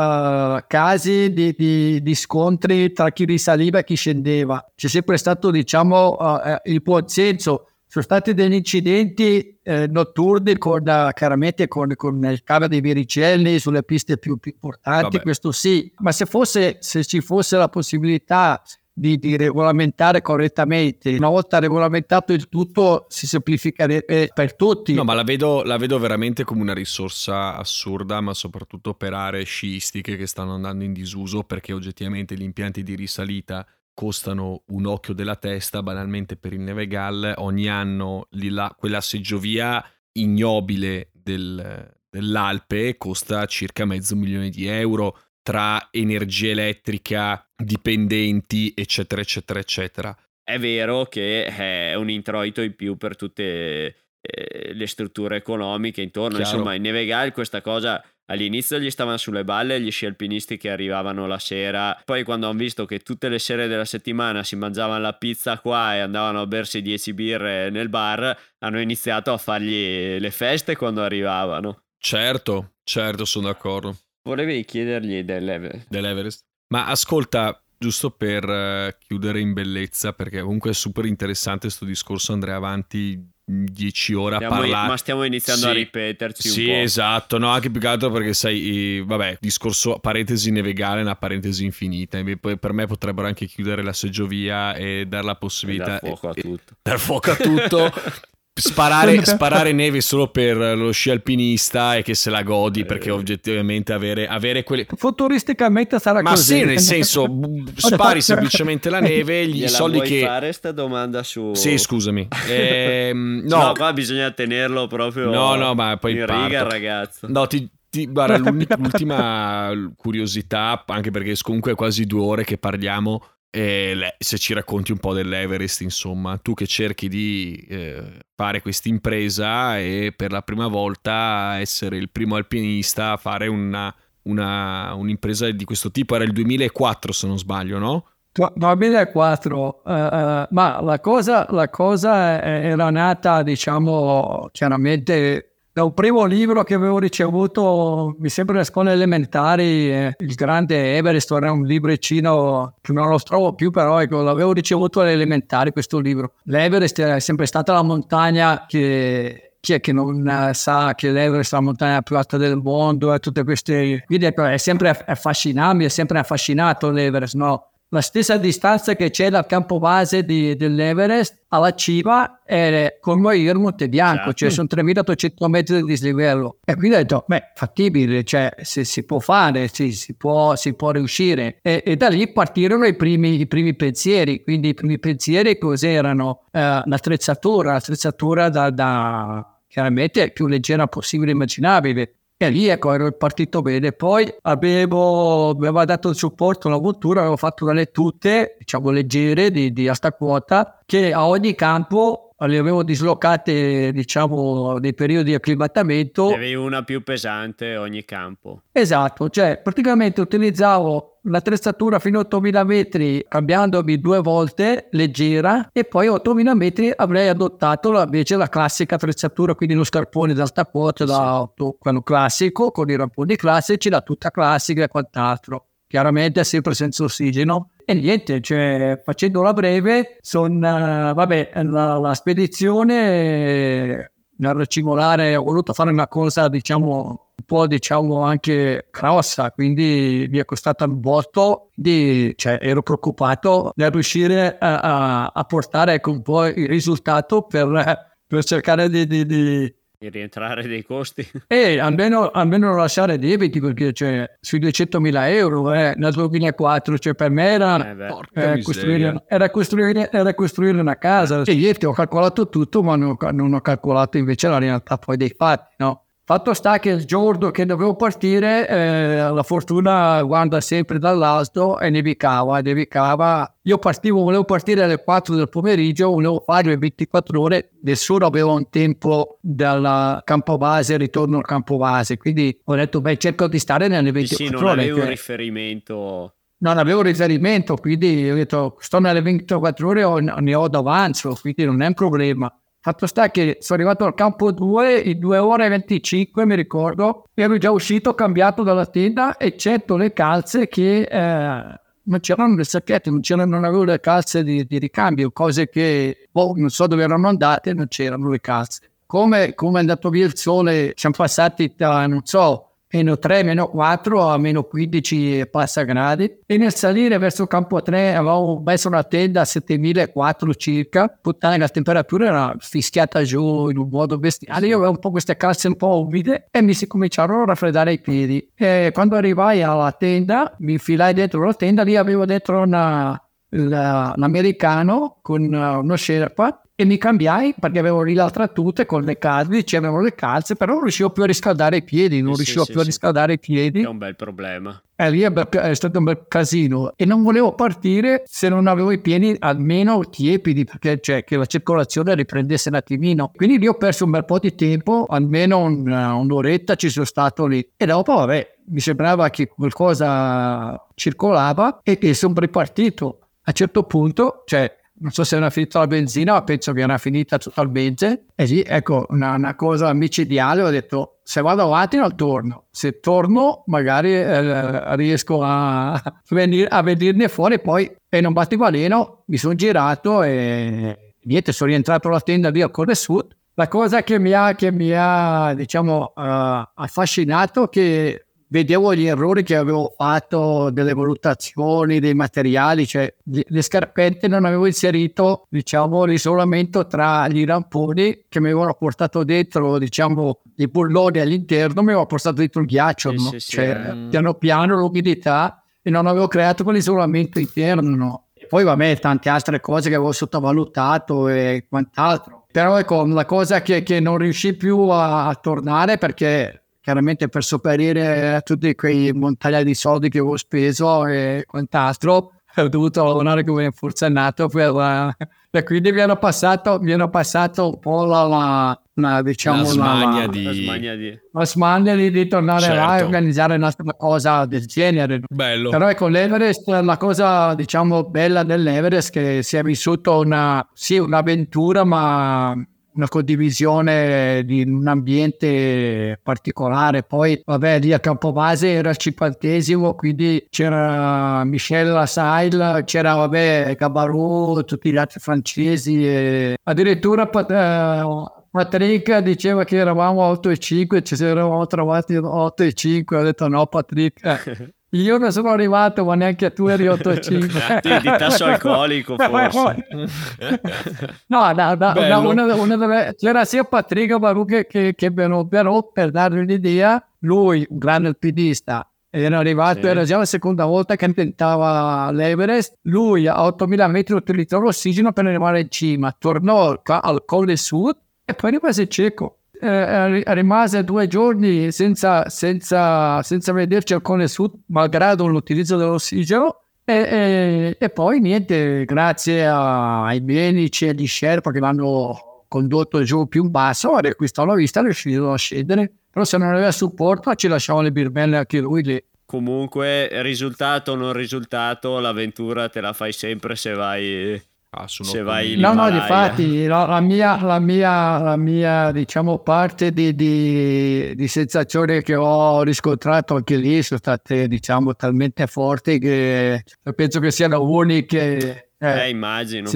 casi di scontri tra chi risaliva e chi scendeva. C'è sempre stato, diciamo, il buon senso. Sono stati degli incidenti notturni chiaramente con il cavo dei Vericelli sulle piste più importanti. Vabbè. Questo sì, ma se ci fosse la possibilità di regolamentare correttamente, una volta regolamentato il tutto si semplificherebbe per tutti.
No, ma la vedo veramente come una risorsa assurda, ma soprattutto per aree sciistiche che stanno andando in disuso, perché oggettivamente gli impianti di risalita costano un occhio della testa. Banalmente per il Nevegal ogni anno quella seggiovia ignobile dell'Alpe costa circa €500.000 tra energia elettrica, dipendenti, eccetera eccetera eccetera.
È vero che è un introito in più per tutte le strutture economiche intorno.
Chiaro.
Insomma, in Nevegal questa cosa all'inizio gli stavano sulle balle gli sci alpinisti che arrivavano la sera, poi quando hanno visto che tutte le sere della settimana si mangiavano la pizza qua e andavano a bersi 10 birre nel bar, hanno iniziato a fargli le feste quando arrivavano.
Certo, sono d'accordo.
Volevi chiedergli dell'Everest?
Ma ascolta, giusto per chiudere in bellezza, perché comunque è super interessante sto discorso, andrei avanti 10 ore a parlare.
Ma stiamo iniziando a ripeterci un po'.
Sì, esatto, no, anche più che altro perché sai, vabbè, discorso parentesi Nevegale, una parentesi infinita. Per me potrebbero anche chiudere la seggiovia e dare la possibilità... Dar fuoco a tutto. Sparare neve solo per lo sci alpinista e che se la godi, perché oggettivamente avere quelle...
Futuristicamente sarà
ma
così.
Sì, nel senso, spari semplicemente la neve, gli soldi
vuoi
che...
fare sta domanda su...
Sì, scusami.
No, qua bisogna tenerlo proprio
no, ma poi
in riga, ragazzo.
No, guarda, l'ultima curiosità, anche perché comunque è quasi 2 ore che parliamo, se ci racconti un po' dell'Everest, insomma, tu che cerchi di fare questa impresa e per la prima volta essere il primo alpinista a fare un'impresa di questo tipo. Era il 2004 se non sbaglio, no?
2004, ma la cosa era nata, diciamo, chiaramente da un primo libro che avevo ricevuto, mi sembra, alle scuole elementari, Il Grande Everest. Era un libricino che non lo trovo più, però ecco, l'avevo ricevuto alle elementari questo libro. L'Everest è sempre stata la montagna che... Chi è che non sa che l'Everest è la montagna più alta del mondo e tutte queste... Quindi ecco, è sempre affascinante, è sempre affascinato l'Everest, no? La stessa distanza che c'è dal campo base dell'Everest alla cima è come il Monte Bianco, cioè sono 3.800 metri di dislivello. E quindi ho detto, fattibile, cioè se si può fare, si può riuscire. E da lì partirono i primi pensieri. Quindi i primi pensieri cos'erano? L'attrezzatura da chiaramente più leggera possibile e immaginabile. E lì ecco, ero partito bene. Poi aveva dato il supporto alla Vultura, avevo fatto delle tute, diciamo, leggere di alta quota, che a ogni campo avevo dislocate, diciamo, nei periodi di acclimatamento.
Ne avevi una più pesante ogni campo.
Esatto, cioè praticamente utilizzavo l'attrezzatura fino a 8000 metri cambiandomi 2 volte leggera, e poi a 8000 metri avrei adottato invece la classica attrezzatura, quindi lo scarpone d'alta quota, quello classico, con i ramponi classici, la tuta classica e quant'altro, chiaramente sempre senza ossigeno. E niente, cioè, facendola breve, la spedizione nel racimolare ho voluto fare una cosa, diciamo, un po', diciamo, anche grossa, quindi mi è costata un botto, cioè ero preoccupato nel riuscire a portare, ecco, un po' il risultato per cercare di
rientrare dei costi
e almeno non lasciare debiti, perché cioè, sui 200.000 euro nel 2004, cioè per me era costruire una casa. E io ho calcolato tutto, ma non ho calcolato invece la realtà poi dei fatti, no? Fatto sta che il giorno che dovevo partire, la fortuna guarda sempre dall'alto e nevicava. Io volevo partire alle 4 del pomeriggio, volevo fare le 24 ore, nessuno aveva un tempo dal campo base, ritorno al campo base, quindi ho detto, cerco di stare nelle 24 ore.
Non avevo riferimento.
Non avevo riferimento, quindi ho detto, sto nelle 24 ore, ne ho d'avanzo, quindi non è un problema. Fatto sta che sono arrivato al campo 2 in 2 ore e 25, mi ricordo, ero già uscito, cambiato dalla tenda, eccetto le calze che non c'erano le sacchette, non avevo le calze di ricambio, cose che non so dove erano andate, non c'erano le calze. Come è andato via il sole, siamo passati da, non so, -3, -4 a -15 e passa gradi, e nel salire verso campo 3 avevo messo una tenda a 7.400 circa. Puttana, la temperatura era fischiata giù in un modo bestiale. Io avevo un po' queste calze un po' umide e mi si cominciarono a raffreddare i piedi, e quando arrivai alla tenda mi infilai dentro la tenda. Lì avevo dentro un americano con uno Sherpa, e mi cambiai perché avevo lì l'altra tuta con le calze, c'erano le calze, però non riuscivo più a riscaldare i piedi, a riscaldare i piedi.
È un bel problema.
E lì è stato un bel casino, e non volevo partire se non avevo i piedi almeno tiepidi, perché cioè che la circolazione riprendesse un attimino. Quindi lì ho perso un bel po' di tempo, almeno un'oretta ci sono stato lì, e dopo mi sembrava che qualcosa circolava e che sono ripartito. A un certo punto, cioè, non so se era finita la benzina, ma penso che era finita totalmente. E lì, ecco, una cosa micidiale, ho detto, se vado avanti non torno. Se torno, magari riesco a venirne fuori. Poi, e non battibaleno, mi sono girato e niente, sono rientrato alla tenda lì al Colle Sud. La cosa che mi ha diciamo, affascinato, che vedevo gli errori che avevo fatto delle valutazioni dei materiali, cioè le scarpette non avevo inserito, diciamo, l'isolamento tra gli ramponi che mi avevano portato dentro, diciamo, i bulloni all'interno, mi avevano portato dentro il ghiaccio, no? Piano piano l'umidità, e non avevo creato quell'isolamento interno, no? E poi tante altre cose che avevo sottovalutato e quant'altro. Però ecco, la cosa che non riuscì più a tornare, perché chiaramente per sopperire a tutti quei montagna di soldi che avevo speso e quant'altro, ho dovuto lavorare come forzato e quindi mi hanno passato un po' la smania di tornare là e organizzare una cosa del genere.
Bello.
Però ecco, l'Everest, la cosa, diciamo, bella dell'Everest, che si è vissuto un'avventura, ma una condivisione di un ambiente particolare. Poi lì a Campobase era il 50°, quindi c'era Michel Lassalle, c'era Gabarou, tutti gli altri francesi, e addirittura Patrick diceva che eravamo 8,5, ci eravamo trovati 8,5. Ho detto no, Patrick, io non sono arrivato, ma neanche tu eri 8,5.
Di tasso alcolico, forse.
C'era sia Patrick Gabarou che Berot, per darvi un'idea. Lui, un grande alpinista, era arrivato, era già la seconda volta che tentava l'Everest. Lui a 8.000 metri utilizzò l'ossigeno per arrivare in cima, tornò al Colle Sud e poi rimase cieco. Rimase 2 giorni senza vederci al Colle Sud, malgrado l'utilizzo dell'ossigeno, E poi niente, grazie ai Menici e agli Sherpa che l'hanno condotto giù più in basso, ha riacquistato la vista, è riuscito a scendere, però se non aveva supporto ci lasciava le birbelle anche lui lì.
Comunque, risultato o non risultato, l'avventura te la fai sempre se vai se vai in
No,
Himalaya.
difatti la mia diciamo parte di sensazioni che ho riscontrato anche lì sono state diciamo talmente forti che penso che siano uniche.
Immagino.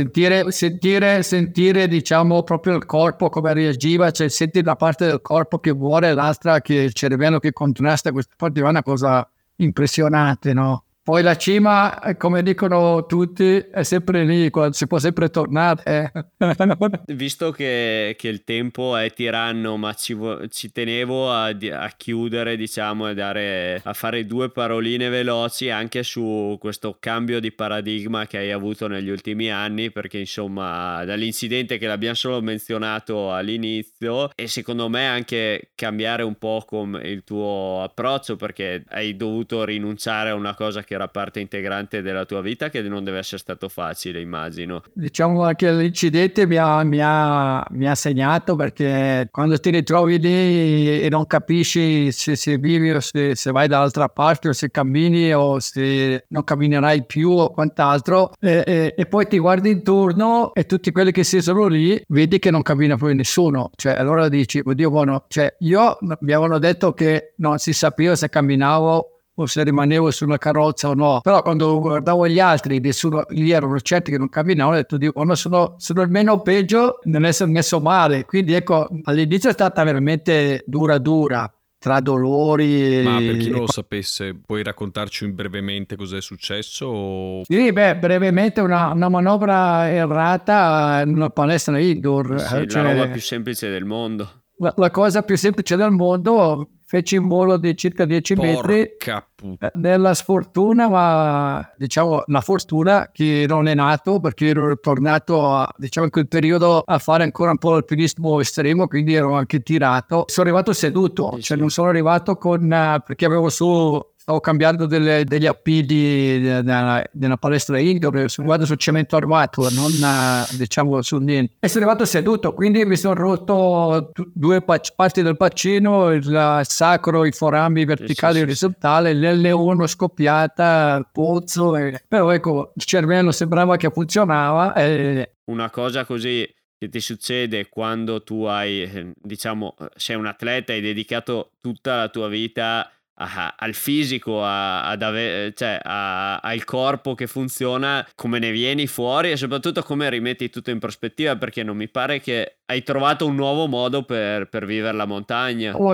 Sentire diciamo proprio il corpo come reagiva, cioè senti la parte del corpo che vuole, l'altra che il cervello che contrasta, questa parte è una cosa impressionante, no? Poi la cima, come dicono tutti, è sempre lì, si può sempre tornare.
Visto che il tempo è tiranno, ma ci tenevo a chiudere, diciamo, e a fare 2 paroline veloci anche su questo cambio di paradigma che hai avuto negli ultimi anni, perché insomma dall'incidente che l'abbiamo solo menzionato all'inizio, e secondo me anche cambiare un po' il tuo approccio, perché hai dovuto rinunciare a una cosa che era parte integrante della tua vita, che non deve essere stato facile, immagino.
Diciamo che l'incidente mi ha segnato, perché quando ti ritrovi lì e non capisci se vivi o se vai dall'altra parte, o se cammini o se non camminerai più o quant'altro, e poi ti guardi intorno e tutti quelli che si sono lì vedi che non cammina più nessuno, cioè allora dici oddio buono, cioè io mi avevano detto che non si sapeva se camminavo o se rimanevo sulla carrozza o no, però quando guardavo gli altri lì erano certi che non camminavano, ho detto Dio, sono il meno peggio nell'essere messo male. Quindi ecco, all'inizio è stata veramente dura tra dolori.
Ma per chi non lo sapesse, puoi raccontarci brevemente cosa è successo?
Sì, brevemente una manovra errata in una palestra indoor.
Sì,
cioè,
la roba più semplice del mondo.
La cosa più semplice del mondo, feci un volo di circa 10 metri. Nella sfortuna, ma diciamo la fortuna che non è nato, perché ero tornato diciamo in quel periodo a fare ancora un po' l'alpinismo estremo, quindi ero anche tirato. Sono arrivato seduto, cioè non sono arrivato perché stavo cambiando degli appigli nella palestra indoor, guardo sul cemento armato, non diciamo sul niente. E sono arrivato seduto, quindi mi sono rotto 2 parti del bacino, il sacro, i forami verticali e orizzontali, l'L1 scoppiata, il pozzo, però ecco, il cervello sembrava che funzionava.
Una cosa così che ti succede quando tu diciamo, sei un atleta, hai dedicato tutta la tua vita al fisico, al corpo che funziona, come ne vieni fuori e soprattutto come rimetti tutto in prospettiva, perché non mi pare che hai trovato un nuovo modo per vivere la montagna.
La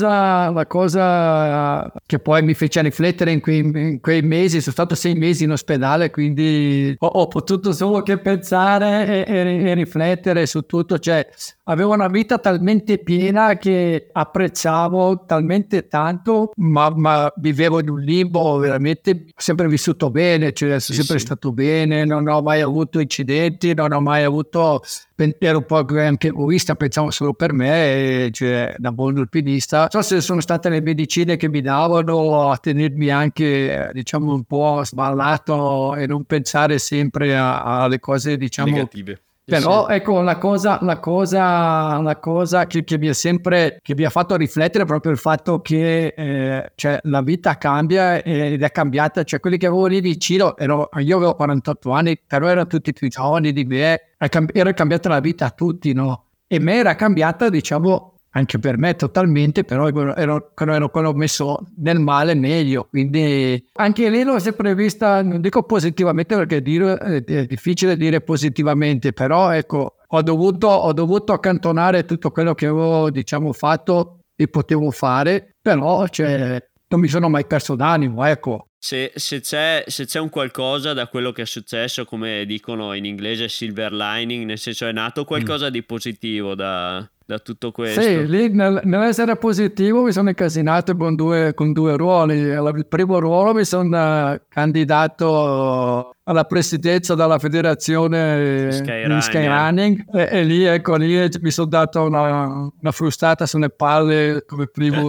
cosa che poi mi fece riflettere in quei mesi, sono stato 6 mesi in ospedale, quindi ho potuto solo che pensare e riflettere su tutto, cioè avevo una vita talmente piena che apprezzavo talmente tanto, ma vivevo in un limbo, veramente ho sempre vissuto bene, cioè sono sempre stato bene, non ho mai avuto incidenti, non ho mai avuto, ero un po' anche egoista, pensavo solo per me, cioè da buon alpinista. So se sono state le medicine che mi davano a tenermi anche diciamo un po' sballato e non pensare sempre alle cose diciamo
negative.
Però ecco la cosa che mi ha fatto riflettere è proprio il fatto che cioè la vita cambia ed è cambiata, cioè quelli che avevo lì vicino io avevo 48 anni, però erano tutti più giovani di me, era cambiata la vita a tutti, no? E me era cambiata diciamo anche per me totalmente, però ero quello messo nel male meglio, quindi anche lì l'ho sempre vista, non dico positivamente perché è difficile dire positivamente, però ecco ho dovuto accantonare tutto quello che avevo diciamo fatto e potevo fare, però cioè, non mi sono mai perso d'animo, ecco.
Se c'è un qualcosa da quello che è successo, come dicono in inglese silver lining, nel senso è nato qualcosa di positivo da tutto questo.
Sì, lì nell'essere positivo mi sono incasinato con due ruoli. Il primo ruolo mi sono candidato alla presidenza della federazione di skyrunning e lì ecco lì mi sono dato una frustata sulle palle come primo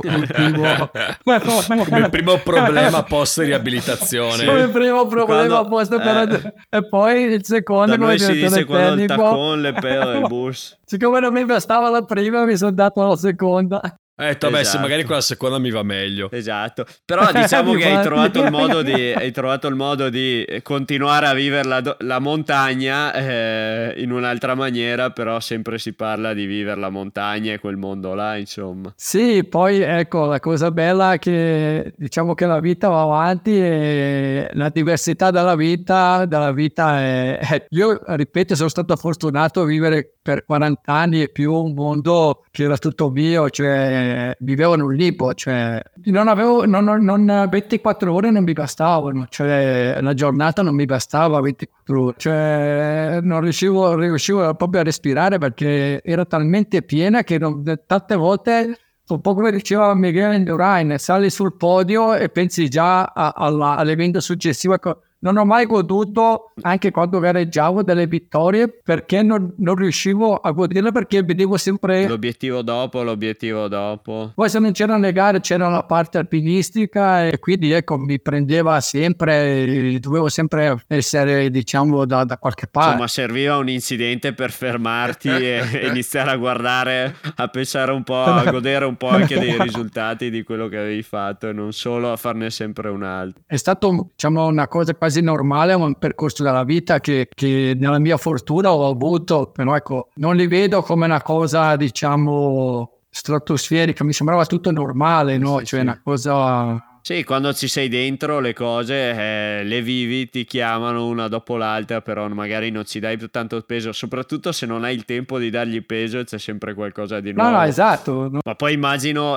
problema post riabilitazione.
Come primo problema post e poi il secondo
da noi
come
si dice quando il
tecnico,
tacon, le peo e il bus.
siccome non mi bastava la prima mi sono dato la seconda.
Vabbè, se
Esatto.
magari quella seconda mi va meglio.
Esatto, però diciamo che hai trovato il modo di continuare a vivere la montagna in un'altra maniera, però sempre si parla di vivere la montagna e quel mondo là, insomma.
Sì, poi ecco la cosa bella è che diciamo che la vita va avanti e la diversità della vita io ripeto sono stato fortunato a vivere per 40 anni e più un mondo che era tutto mio, cioè vivevo in un limbo, cioè non 24 ore non mi bastavano, cioè la giornata non mi bastava 24 ore, cioè non riuscivo proprio a respirare perché era talmente piena che tante volte, un po' come diceva Miguel Indurain, sali sul podio e pensi già all'evento successivo. Non ho mai goduto, anche quando gareggiavo, delle vittorie perché non riuscivo a goderle perché vedevo sempre
l'obiettivo dopo.
Poi se non c'erano le gare c'era la parte alpinistica e quindi ecco mi prendeva sempre, dovevo sempre essere diciamo da qualche parte.
Insomma serviva un incidente per fermarti e iniziare a guardare, a pensare un po', a godere un po' anche dei risultati di quello che avevi fatto e non solo a farne sempre un altro.
È stato diciamo una cosa quasi normale, un percorso della vita che nella mia fortuna ho avuto, però ecco non li vedo come una cosa diciamo stratosferica, mi sembrava tutto normale, no? Cioè una cosa...
Sì, quando ci sei dentro le cose le vivi, ti chiamano una dopo l'altra, però magari non ci dai più tanto peso, soprattutto se non hai il tempo di dargli peso e c'è sempre qualcosa di nuovo.
No, esatto. No.
Ma poi immagino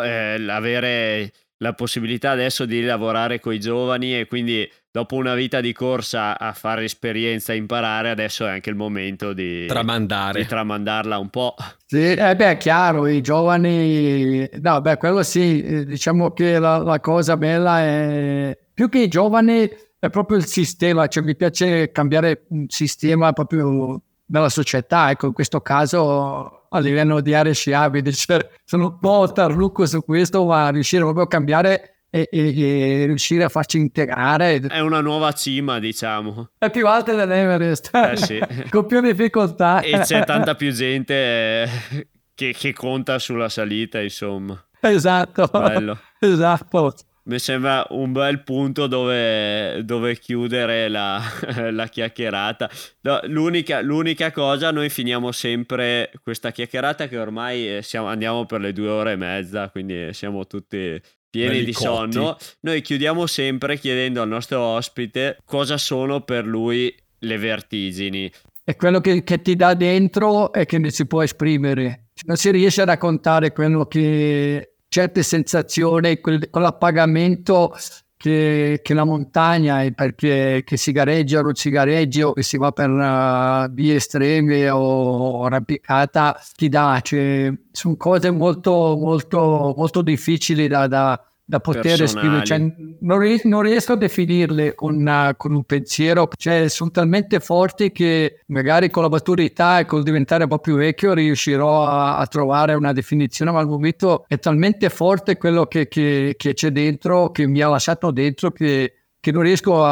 avere la possibilità adesso di lavorare con i giovani e quindi dopo una vita di corsa a fare esperienza, imparare, adesso è anche il momento di tramandarla un po'.
Sì, è chiaro, i giovani, no, quello sì, diciamo che la cosa bella è, più che i giovani, è proprio il sistema, cioè mi piace cambiare un sistema proprio della società, ecco, in questo caso a livello di aree sciabili, cioè, sono un po' tarlucco su questo, ma riuscire proprio a cambiare e riuscire a farci integrare
è una nuova cima, diciamo,
è più alta dell'Everest,
sì.
con più difficoltà
e c'è tanta più gente che conta sulla salita, insomma.
Esatto.
Bello.
Esatto.
Mi sembra un bel punto dove chiudere la chiacchierata. No, l'unica cosa, noi finiamo sempre questa chiacchierata che ormai andiamo per le 2 ore e mezza, quindi siamo tutti pieni
belli
di
cotti.
sonno. Noi chiudiamo sempre chiedendo al nostro ospite cosa sono per lui le vertigini.
È quello che ti dà dentro e che non si può esprimere. Non si riesce a raccontare quello che certe sensazioni, quell'appagamento che la montagna, perché che si gareggia o non si gareggia o che si va per vie estreme o arrampicata, ti dà. Cioè, sono cose molto, molto, molto difficili da poter esprimere, cioè, non riesco a definirle con un pensiero, cioè sono talmente forti che magari con la maturità e col diventare un po' più vecchio riuscirò a trovare una definizione, ma al momento è talmente forte quello che c'è dentro, che mi ha lasciato dentro, che non riesco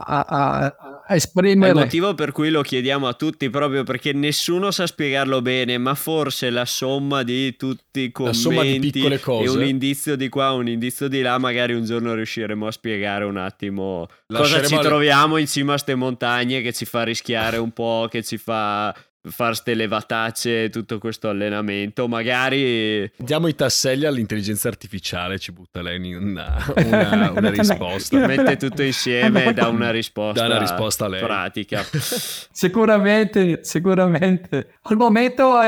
a esprimere.
È il motivo per cui lo chiediamo a tutti, proprio perché nessuno sa spiegarlo bene, ma forse la somma di tutti i commenti,
la somma di piccole cose,
e un indizio di qua, un indizio di là, magari un giorno riusciremo a spiegare un attimo cosa ci troviamo in cima a ste montagne, che ci fa rischiare un po', che ci fa fare ste levatacce, tutto questo allenamento. Magari
diamo i tasselli all'intelligenza artificiale, ci butta lei una risposta,
mette tutto insieme e dà una risposta
a lei
pratica.
Sicuramente al momento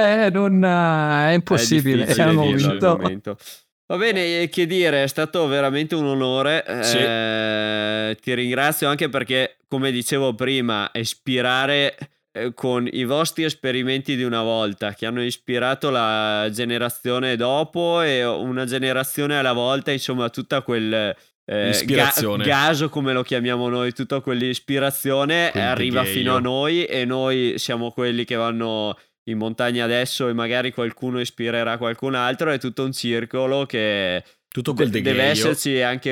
è impossibile,
è al momento. Va bene, che dire, è stato veramente un onore.
Sì.
Ti ringrazio anche perché, come dicevo prima, ispirare con i vostri esperimenti di una volta che hanno ispirato la generazione dopo e una generazione alla volta, insomma tutta quel
ispirazione,
gaso come lo chiamiamo noi, tutta quell'ispirazione arriva fino a noi e noi siamo quelli che vanno in montagna adesso e magari qualcuno ispirerà qualcun altro, è tutto un circolo che
tutto quel
deve esserci anche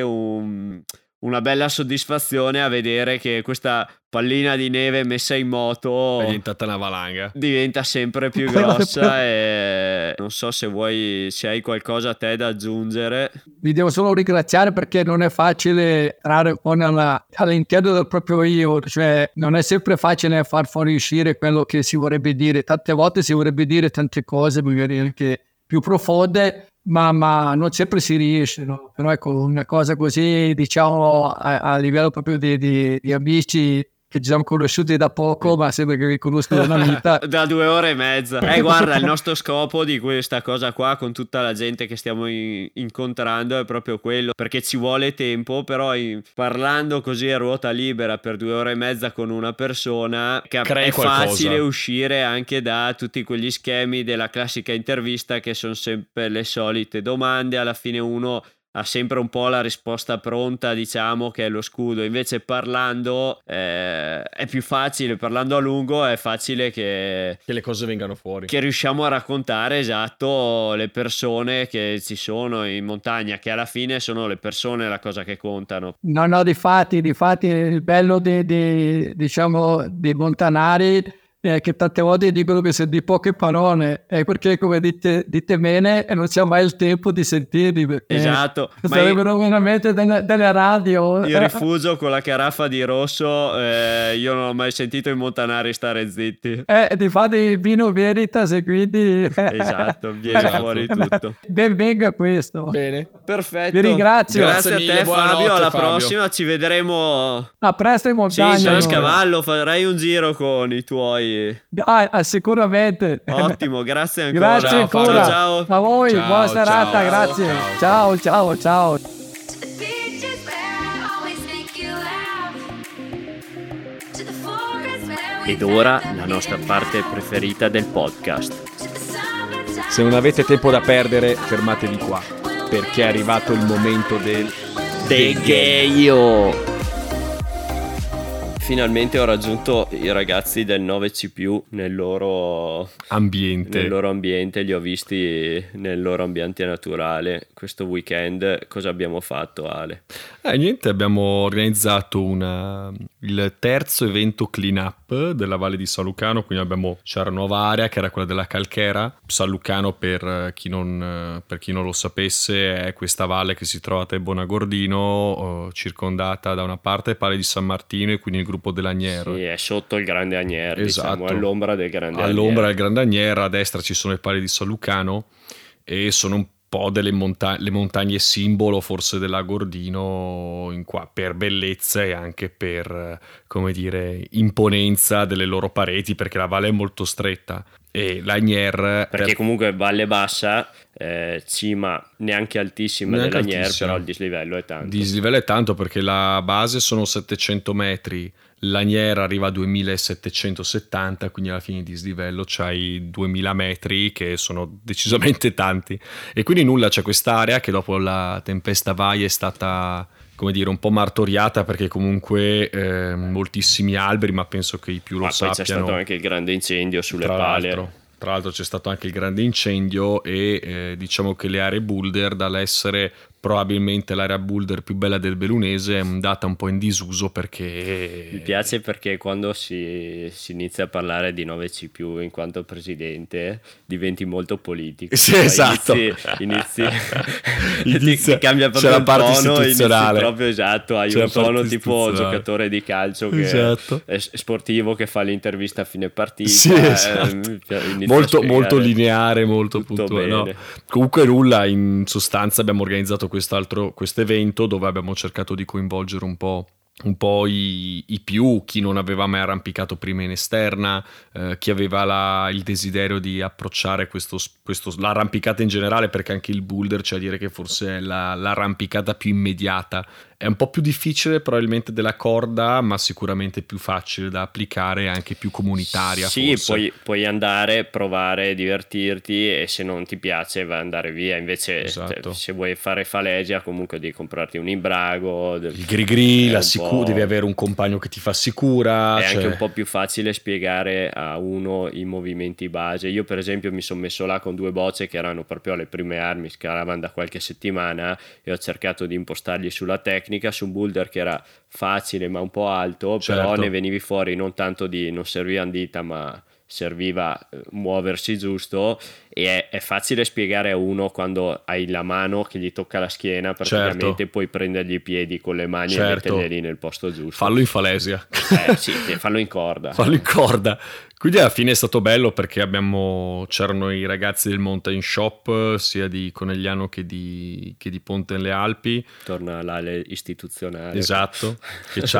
una bella soddisfazione a vedere che questa pallina di neve messa in moto
è diventata una valanga,
diventa sempre più grossa. E non so se hai qualcosa a te da aggiungere.
Vi devo solo ringraziare perché non è facile entrare un po' all'interno del proprio io, cioè non è sempre facile far fuoriuscire quello che si vorrebbe dire. Tante volte si vorrebbe dire tante cose magari anche più profonde, ma non sempre si riesce, no? Però ecco, una cosa così, diciamo, a livello proprio di amici che ci siamo conosciuti da poco, ma sembra che vi conosco da una vita.
Da 2 ore e mezza. Guarda, il nostro scopo di questa cosa qua con tutta la gente che stiamo incontrando è proprio quello, perché ci vuole tempo, però parlando così a ruota libera per 2 ore e mezza con una persona è facile uscire anche da tutti quegli schemi della classica intervista che sono sempre le solite domande, alla fine uno ha sempre un po' la risposta pronta, diciamo, che è lo scudo. Invece parlando è più facile, parlando a lungo è facile che
le cose vengano fuori,
che riusciamo a raccontare esatto le persone che ci sono in montagna, che alla fine sono le persone la cosa che contano.
No, difatti il bello diciamo dei montanari che tante volte dicono che sono di poche parole, perché come dite bene e non c'è mai il tempo di sentirli,
esatto,
sarebbero veramente delle radio.
Il rifugio con la caraffa di rosso, io non ho mai sentito i montanari stare zitti,
difatti il vino veritas e quindi
esatto, viene fuori tutto.
Ben venga questo.
Bene,
perfetto,
vi ringrazio,
grazie a te Fabio, alla prossima, ci vedremo
a presto in montagna.
Sì, sono a scavallo, farai un giro con i tuoi.
Sicuramente.
Ottimo, grazie ancora.
Grazie ancora.
Ciao.
A voi, buona serata, grazie. Ciao.
Ed ora la nostra parte preferita del podcast.
Se non avete tempo da perdere, fermatevi qua, perché è arrivato il momento del
Degheio. Finalmente ho raggiunto i ragazzi del 9C+, nel loro ambiente, li ho visti nel loro ambiente naturale. Questo weekend cosa abbiamo fatto, Ale?
Niente, abbiamo organizzato il terzo evento clean up della Valle di San Lucano, quindi c'era una nuova area che era quella della Calchera. San Lucano, per chi non lo sapesse, è questa valle che si trova a Tebonagordino, circondata da una parte Palle di San Martino e quindi il gruppo dell'Agnier.
Sì, è sotto il Grande Agnier,
esatto.
Diciamo, all'ombra del Grande
Agnier. All'ombra del Grande Agnier, a destra ci sono le Palle di San Lucano e sono un po' le montagne simbolo forse dell'Agordino per bellezza e anche per, come dire, imponenza delle loro pareti, perché la valle è molto stretta e l'Agnier,
perché comunque valle bassa, cima neanche altissima dell'Agnier, però il dislivello è tanto.
Dislivello è tanto perché la base sono 700 metri, l'Agnier arriva a 2770, quindi alla fine di dislivello c'hai 2000 metri che sono decisamente tanti, e quindi nulla, c'è quest'area che dopo la tempesta Vai è stata, come dire, un po' martoriata, perché comunque moltissimi alberi, ma penso che i più lo sappiano.
Poi c'è stato anche il grande incendio sulle pale.
Tra l'altro c'è stato anche il grande incendio e diciamo che le aree boulder, dall'essere probabilmente l'area boulder più bella del Bellunese, è andata un po' in disuso, perché
mi piace perché quando si inizia a parlare di 9C+, in quanto presidente, diventi molto politico.
Sì, esatto.
Inizi ti cambia proprio
c'è
il
la parte
tono,
istituzionale.
Proprio esatto, hai un tono tipo giocatore di calcio che
esatto.
è sportivo, che fa l'intervista a fine partita.
Sì, esatto. Molto lineare, molto puntuale. No. Comunque nulla, in sostanza abbiamo organizzato questo evento dove abbiamo cercato di coinvolgere un po' i più, chi non aveva mai arrampicato prima in esterna, chi aveva il desiderio di approcciare l'arrampicata in generale, perché anche il boulder c'è a dire che forse è l'arrampicata più immediata, è un po' più difficile probabilmente della corda, ma sicuramente più facile da applicare e anche più comunitaria.
Sì,
forse.
puoi andare, provare, divertirti, e se non ti piace vai andare via. Invece
Esatto.
se vuoi fare falesia comunque devi comprarti un imbrago,
Il grigri,
è un po'...
devi avere un compagno che ti fa sicura.
È
cioè...
anche un po' più facile spiegare a uno i movimenti base. Io per esempio mi sono messo là con 2 bocce che erano proprio alle prime armi, scalavano da qualche settimana, e ho cercato di impostargli sulla tecnica, su un boulder che era facile ma un po' alto, però
Certo.
ne venivi fuori non tanto non serviva dita, ma serviva muoversi giusto. E è facile spiegare a uno quando hai la mano che gli tocca la schiena, praticamente
Certo.
puoi prendergli i piedi con le mani
Certo.
e metterli nel posto giusto.
Fallo in falesia.
Sì, fallo in corda.
Fallo in corda. Quindi alla fine è stato bello perché c'erano i ragazzi del Mountain Shop, sia di Conegliano che di Ponte nelle Alpi.
Torna l'ale istituzionale.
Esatto, che ci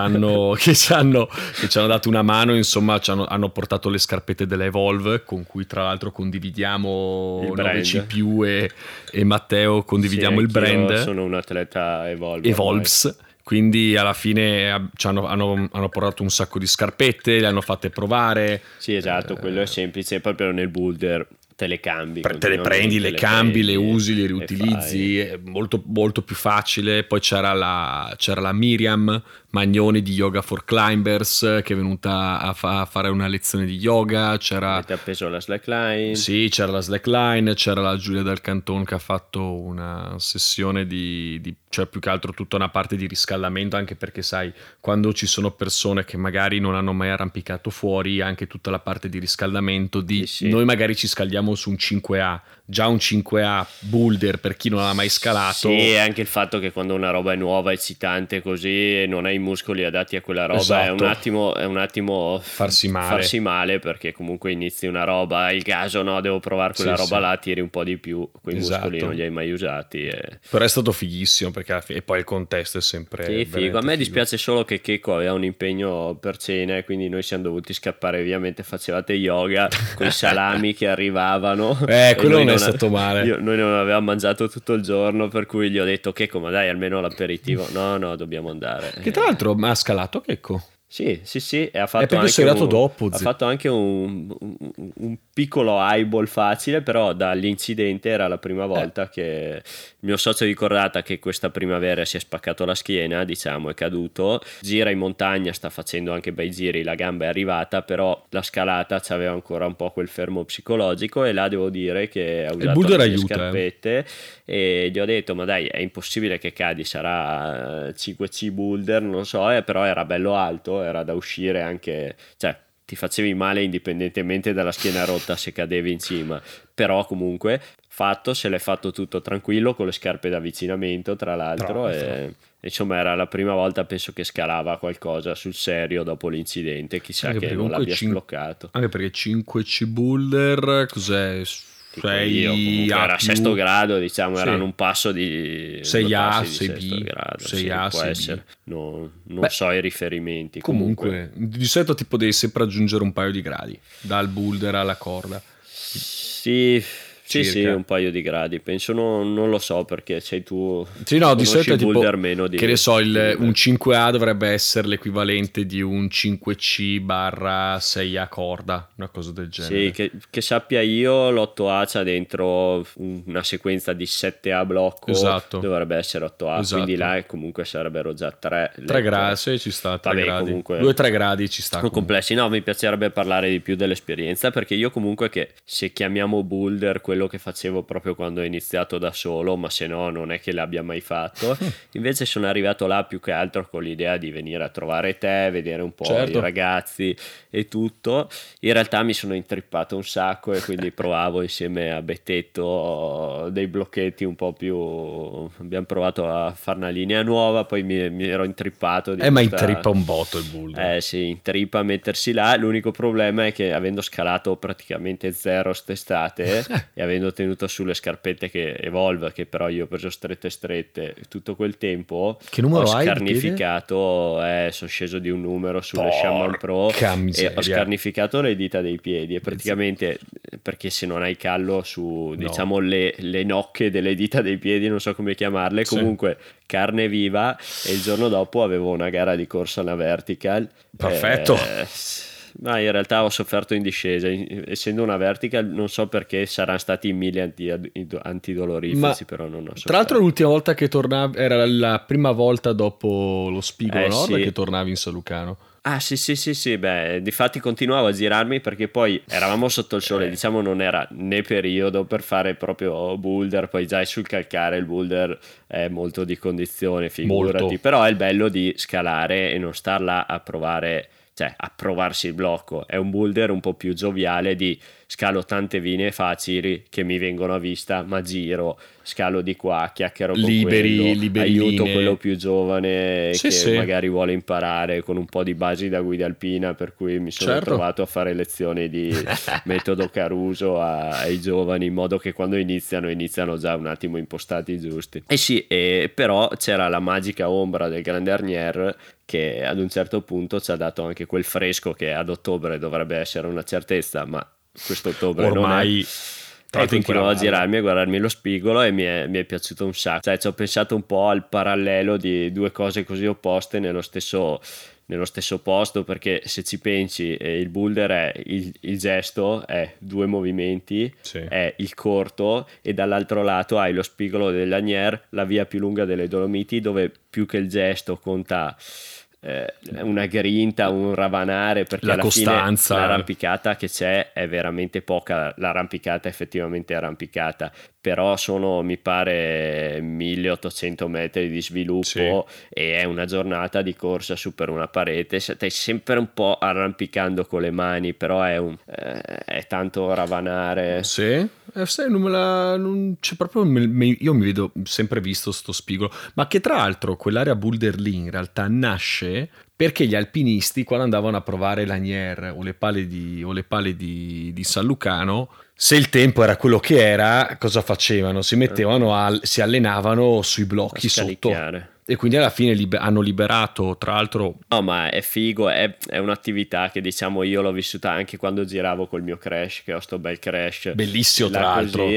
hanno dato una mano, insomma, hanno portato le scarpette della Evolve, con cui tra l'altro condividiamo
Il brand.
9CPU e Matteo condividiamo
Sì,
il brand.
Sono un atleta
Evolves. Quindi alla fine hanno portato un sacco di scarpette, le hanno fatte provare.
Sì, esatto, quello è semplice, proprio nel boulder te le cambi.
Te le prendi, le cambi, le usi, le
le
riutilizzi, è molto, molto più facile. Poi c'era la Miriam Magnoni di Yoga for Climbers, che è venuta a fare una lezione di yoga.
Avete appeso la slackline.
Sì, c'era la slackline, c'era la Giulia Dal Canton che ha fatto una sessione cioè più che altro tutta una parte di riscaldamento, anche perché sai, quando ci sono persone che magari non hanno mai arrampicato fuori, anche tutta la parte di riscaldamento
Sì.
Noi magari ci scaldiamo su un 5A, già un 5A boulder per chi non l'ha mai scalato.
Sì, e anche il fatto che quando una roba è nuova, eccitante così, e non hai i muscoli adatti a quella roba,
Esatto.
è un attimo
farsi male,
perché comunque inizi una roba, il caso no, devo provare quella roba là, tiri un po' di più, quei muscoli non li hai mai usati.
Però è stato fighissimo, perché e poi il contesto è sempre
figo. A me dispiace solo che Checco aveva un impegno per cena, e quindi noi siamo dovuti scappare via mentre facevate yoga con i salami che arrivavano.
Quello non è stato male.
Noi non avevamo mangiato tutto il giorno, per cui gli ho detto: Checco, ma dai, almeno l'aperitivo. No, dobbiamo andare.
Che tra l'altro ha scalato Checco.
Sì, e ha fatto
anche sei arrivato dopo.
Ha fatto anche un piccolo eyeball facile, però dall'incidente era la prima volta che il mio socio di cordata, che questa primavera si è spaccato la schiena, diciamo, è caduto, gira in montagna, sta facendo anche bei giri, la gamba è arrivata, però la scalata c'aveva ancora un po' quel fermo psicologico, e là devo dire che ha usato le scarpette, e gli ho detto: ma dai, è impossibile che cadi, sarà 5C boulder, non so, però era bello alto, era da uscire anche, cioè ti facevi male indipendentemente dalla schiena rotta se cadevi in cima, però comunque se l'è fatto tutto tranquillo, con le scarpe d'avvicinamento tra l'altro, e insomma era la prima volta, penso, che scalava qualcosa sul serio dopo l'incidente, chissà anche che non l'abbia sbloccato.
Anche perché 5C boulder cos'è?
Era sesto grado, diciamo, era un passo di
6A,
6B,
6A,
può
6B.
essere. Non so i riferimenti.
Comunque, di solito tipo devi sempre aggiungere un paio di gradi dal boulder alla corda.
Sì, un paio di gradi. Penso, non lo so, perché sei tu.
Sì, no, di solito è tipo,
meno di,
che ne so, un 5A dovrebbe essere l'equivalente di un 5C/6A corda, una cosa del genere.
Sì, che sappia io, l'8A c'ha dentro una sequenza di 7A blocco, dovrebbe essere 8A, quindi là comunque sarebbero già 3
gradi, sì, ci sta, 3 gradi.
Comunque,
2-3 gradi ci sta.
Sono complessi. No, mi piacerebbe parlare di più dell'esperienza, perché io comunque, che se chiamiamo boulder quello che facevo proprio quando ho iniziato da solo, ma se no non è che l'abbia mai fatto, invece sono arrivato là più che altro con l'idea di venire a trovare te, vedere un po' i ragazzi e tutto. In realtà mi sono intrippato un sacco, e quindi provavo insieme a Bettetto dei blocchetti un po' più, abbiamo provato a fare una linea nuova, poi mi ero intrippato
ma intrippa un botto il boulder.
Sì, intrippa a mettersi là. L'unico problema è che, avendo scalato praticamente zero st'estate e avendo tenuto sulle scarpette che Evolve, che però io ho preso strette tutto quel tempo,
che numero
ho
hai?
scarnificato, sono sceso di un numero sulle Shaman Pro e ho scarnificato le dita dei piedi, e praticamente, perché se non hai callo su diciamo le nocche delle dita dei piedi, non so come chiamarle, comunque carne viva, e il giorno dopo avevo una gara di corsa alla vertical.
Perfetto.
Ma in realtà ho sofferto in discesa, essendo una vertical, non so perché saranno stati 1000 antidolorifici, però non ho sofferto.
Tra l'altro l'ultima volta che tornavi era la prima volta dopo lo Spigolo Nord che tornavi in San Lucano.
Ah sì, beh, difatti continuavo a girarmi perché poi eravamo sotto il sole, diciamo non era né periodo per fare proprio boulder, poi già sul calcare il boulder è molto di condizione, figurati, però è il bello di scalare e non star là a provare, cioè a provarsi il blocco. È un boulder un po' più gioviale di scalo tante linee facili che mi vengono a vista, ma giro, scalo di qua, chiacchiero con quello, aiuto
linee.
Quello più giovane che magari vuole imparare con un po' di basi da guida alpina, per cui mi sono trovato a fare lezioni di metodo Caruso ai giovani, in modo che quando iniziano già un attimo impostati giusti. Però c'era la magica ombra del Grande Arnier, che ad un certo punto ci ha dato anche quel fresco che ad ottobre dovrebbe essere una certezza, ma questo ottobre
ormai
non è. E continuavo a girarmi, a guardarmi lo spigolo, e mi è piaciuto un sacco. Cioè, ci ho pensato un po' al parallelo di due cose così opposte nello stesso posto, perché se ci pensi, il boulder è il gesto, è 2 movimenti, è il corto, e dall'altro lato hai lo spigolo dell'Agnier, la via più lunga delle Dolomiti, dove più che il gesto conta una grinta, un ravanare, perché alla costanza, fine l'arrampicata che c'è è veramente poca, l'arrampicata effettivamente arrampicata, però sono, mi pare, 1800 metri di sviluppo, e è una giornata di corsa su per una parete, stai sempre un po' arrampicando con le mani, però è tanto ravanare.
Non c'è proprio, io mi vedo sempre visto sto spigolo, ma che tra l'altro quell'area boulder lì in realtà nasce perché gli alpinisti, quando andavano a provare l'Agnier o le pale di San Lucano, se il tempo era quello che era, cosa facevano? Si mettevano si allenavano sui blocchi sotto, e quindi alla fine hanno liberato, tra l'altro.
No, ma è figo, è un'attività che, diciamo, io l'ho vissuta anche quando giravo col mio Crash, che ho sto bel Crash
bellissimo, tra l'altro.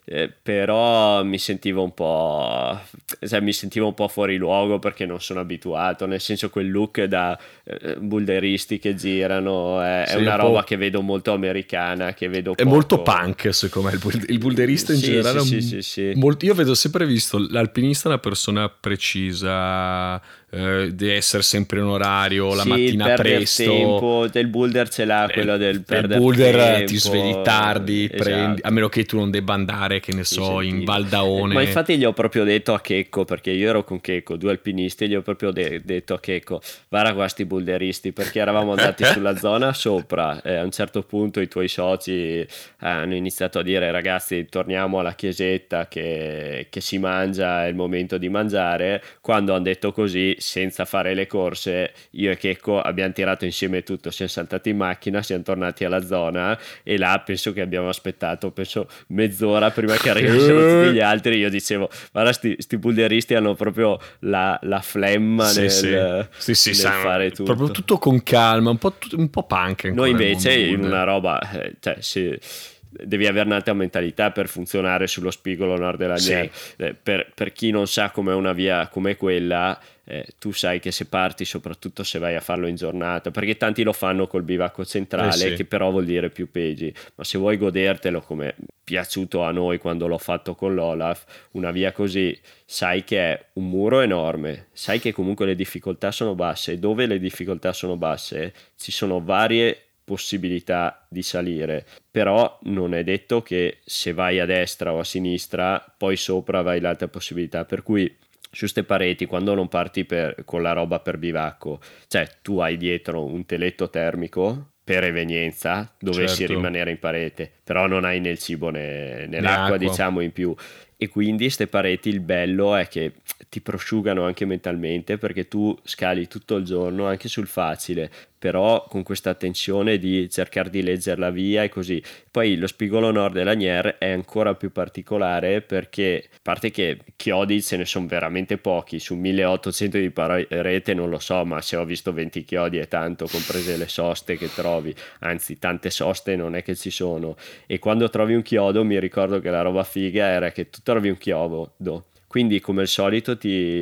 Però mi sentivo un po' fuori luogo, perché non sono abituato, nel senso, quel look da boulderisti che girano è una roba che vedo molto americana, che vedo poco.
È molto punk, secondo me, il boulderista in generale. Io vedo sempre visto l'alpinista una persona precisa, deve essere sempre in orario, la mattina presto.
Tempo del boulder ce l'ha, quello del
perdere boulder tempo. Ti svegli tardi, prendi, a meno che tu non debba andare, che ne so, in Val d'Aone.
Ma infatti gli ho proprio detto a Checco, perché io ero con Checco, 2 alpinisti, e gli ho proprio detto a Checco: guarda qua sti boulderisti, perché eravamo andati sulla zona sopra, a un certo punto i tuoi soci hanno iniziato a dire: ragazzi, torniamo alla chiesetta che si mangia, è il momento di mangiare. Quando hanno detto così, senza fare le corse, io e Checco abbiamo tirato insieme tutto, siamo saltati in macchina, siamo tornati alla zona, e là penso che abbiamo aspettato mezz'ora prima che arrivassero tutti gli altri. Io dicevo: guarda, sti boulderisti hanno proprio la flemma nel fare tutto,
proprio tutto con calma, un po' punk.
Noi invece in una roba, devi avere un'altra mentalità per funzionare sullo spigolo Nord dell'Agnier. Per chi non sa com'è una via come quella, tu sai che se parti, soprattutto se vai a farlo in giornata, perché tanti lo fanno col bivacco centrale, che però vuol dire più pesi, ma se vuoi godertelo come piaciuto a noi quando l'ho fatto con l'Olaf, una via così, sai che è un muro enorme, sai che comunque le difficoltà sono basse, e dove le difficoltà sono basse ci sono varie possibilità di salire, però non è detto che se vai a destra o a sinistra poi sopra vai l'altra possibilità, per cui su ste pareti, quando non parti con la roba per bivacco, cioè tu hai dietro un teletto termico per evenienza, dovessi rimanere in parete, però non hai né il cibo né l'acqua, diciamo, in più. E quindi ste pareti, il bello è che ti prosciugano anche mentalmente, perché tu scali tutto il giorno anche sul facile, però con questa tensione di cercare di leggerla via e così. Poi lo spigolo nord e Lanier è ancora più particolare perché, a parte che chiodi ce ne sono veramente pochi, su 1800 di parete non lo so, ma se ho visto 20 chiodi è tanto, comprese le soste che trovi, anzi tante soste non è che ci sono, e quando trovi un chiodo mi ricordo che la roba figa era che tu trovi un chiodo, quindi come al solito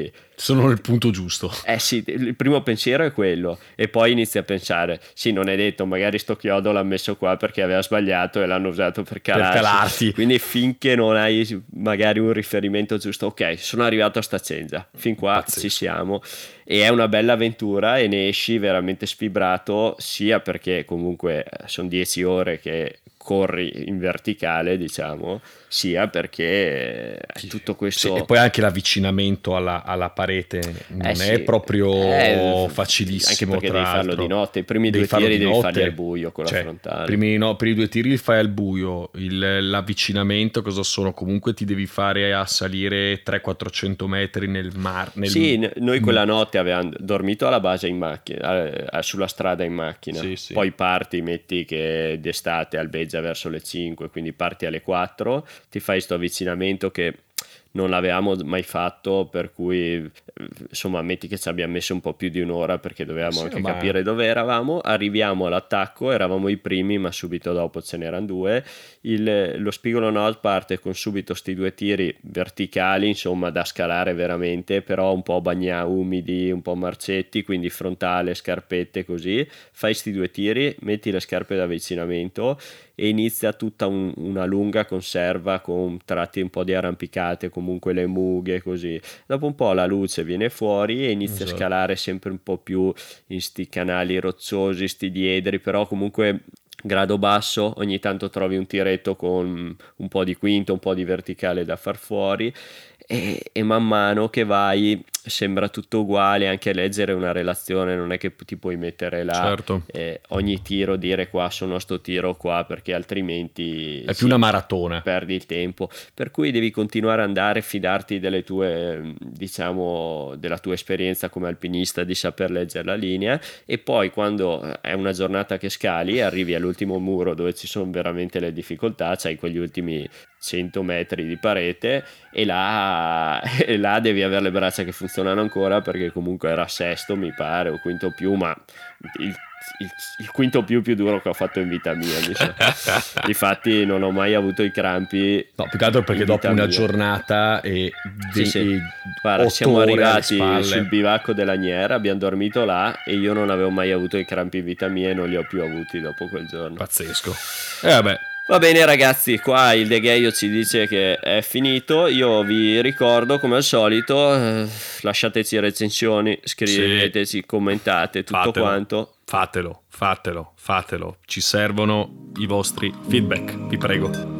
sono nel punto giusto.
Sì, il primo pensiero è quello e poi inizi a pensare, sì, non è detto, magari sto chiodo l'ha messo qua perché aveva sbagliato e l'hanno usato per calarsi. Quindi finché non hai magari un riferimento giusto, ok, sono arrivato a sta cengia, fin qua ci siamo, e è una bella avventura e ne esci veramente sfibrato, sia perché comunque sono 10 ore che corri in verticale, diciamo, sia perché è tutto questo.
Sì, e poi anche l'avvicinamento alla parete non è proprio facilissimo.
Anche perché devi farlo di notte. I primi due tiri devi farli al buio con la frontale.
I primi due tiri li fai al buio. L'avvicinamento cosa sono? Comunque ti devi fare a salire 300-400 metri nel mare.
Sì, noi quella notte avevamo dormito alla base in macchina, sulla strada in macchina.
Sì.
Poi parti, metti che d'estate albeggia verso le 5, quindi parti alle 4, ti fai sto avvicinamento che non l'avevamo mai fatto, per cui insomma metti che ci abbiamo messo un po' più di un'ora perché dovevamo anche capire dove eravamo. Arriviamo all'attacco, eravamo i primi ma subito dopo ce n'erano due. Lo spigolo nord parte con subito sti due tiri verticali, insomma da scalare veramente, però un po' umidi, un po' marcetti, quindi frontale, scarpette, così fai sti due tiri, metti le scarpe d'avvicinamento e inizia tutta una lunga conserva con tratti un po' di arrampicate, comunque le mughe, così. Dopo un po' la luce viene fuori e inizia a scalare sempre un po' più in sti canali rocciosi, sti diedri, però comunque grado basso, ogni tanto trovi un tiretto con un po' di quinto, un po' di verticale da far fuori, e man mano che vai sembra tutto uguale, anche a leggere una relazione non è che ti puoi mettere là ogni tiro dire qua sono sto tiro qua, perché altrimenti
è più una maratona,
perdi il tempo, per cui devi continuare ad andare, fidarti delle tue, diciamo, della tua esperienza come alpinista di saper leggere la linea, e poi quando è una giornata che scali arrivi all'ultimo muro dove ci sono veramente le difficoltà, c'hai quegli ultimi 100 metri di parete e là devi avere le braccia che funzionano ancora, perché comunque era sesto mi pare o quinto più, ma il quinto più duro che ho fatto in vita mia, difatti non ho mai avuto i crampi,
no, più che altro perché dopo una giornata e
Guarda, siamo arrivati sul bivacco della Lanier, abbiamo dormito là e io non avevo mai avuto i crampi in vita mia e non li ho più avuti dopo quel giorno.
Pazzesco. Vabbè.
Va bene ragazzi, qua il Degheio ci dice che è finito. Io vi ricordo come al solito, lasciateci recensioni, scriveteci, commentate, tutto quanto.
Fatelo, ci servono i vostri feedback, vi prego.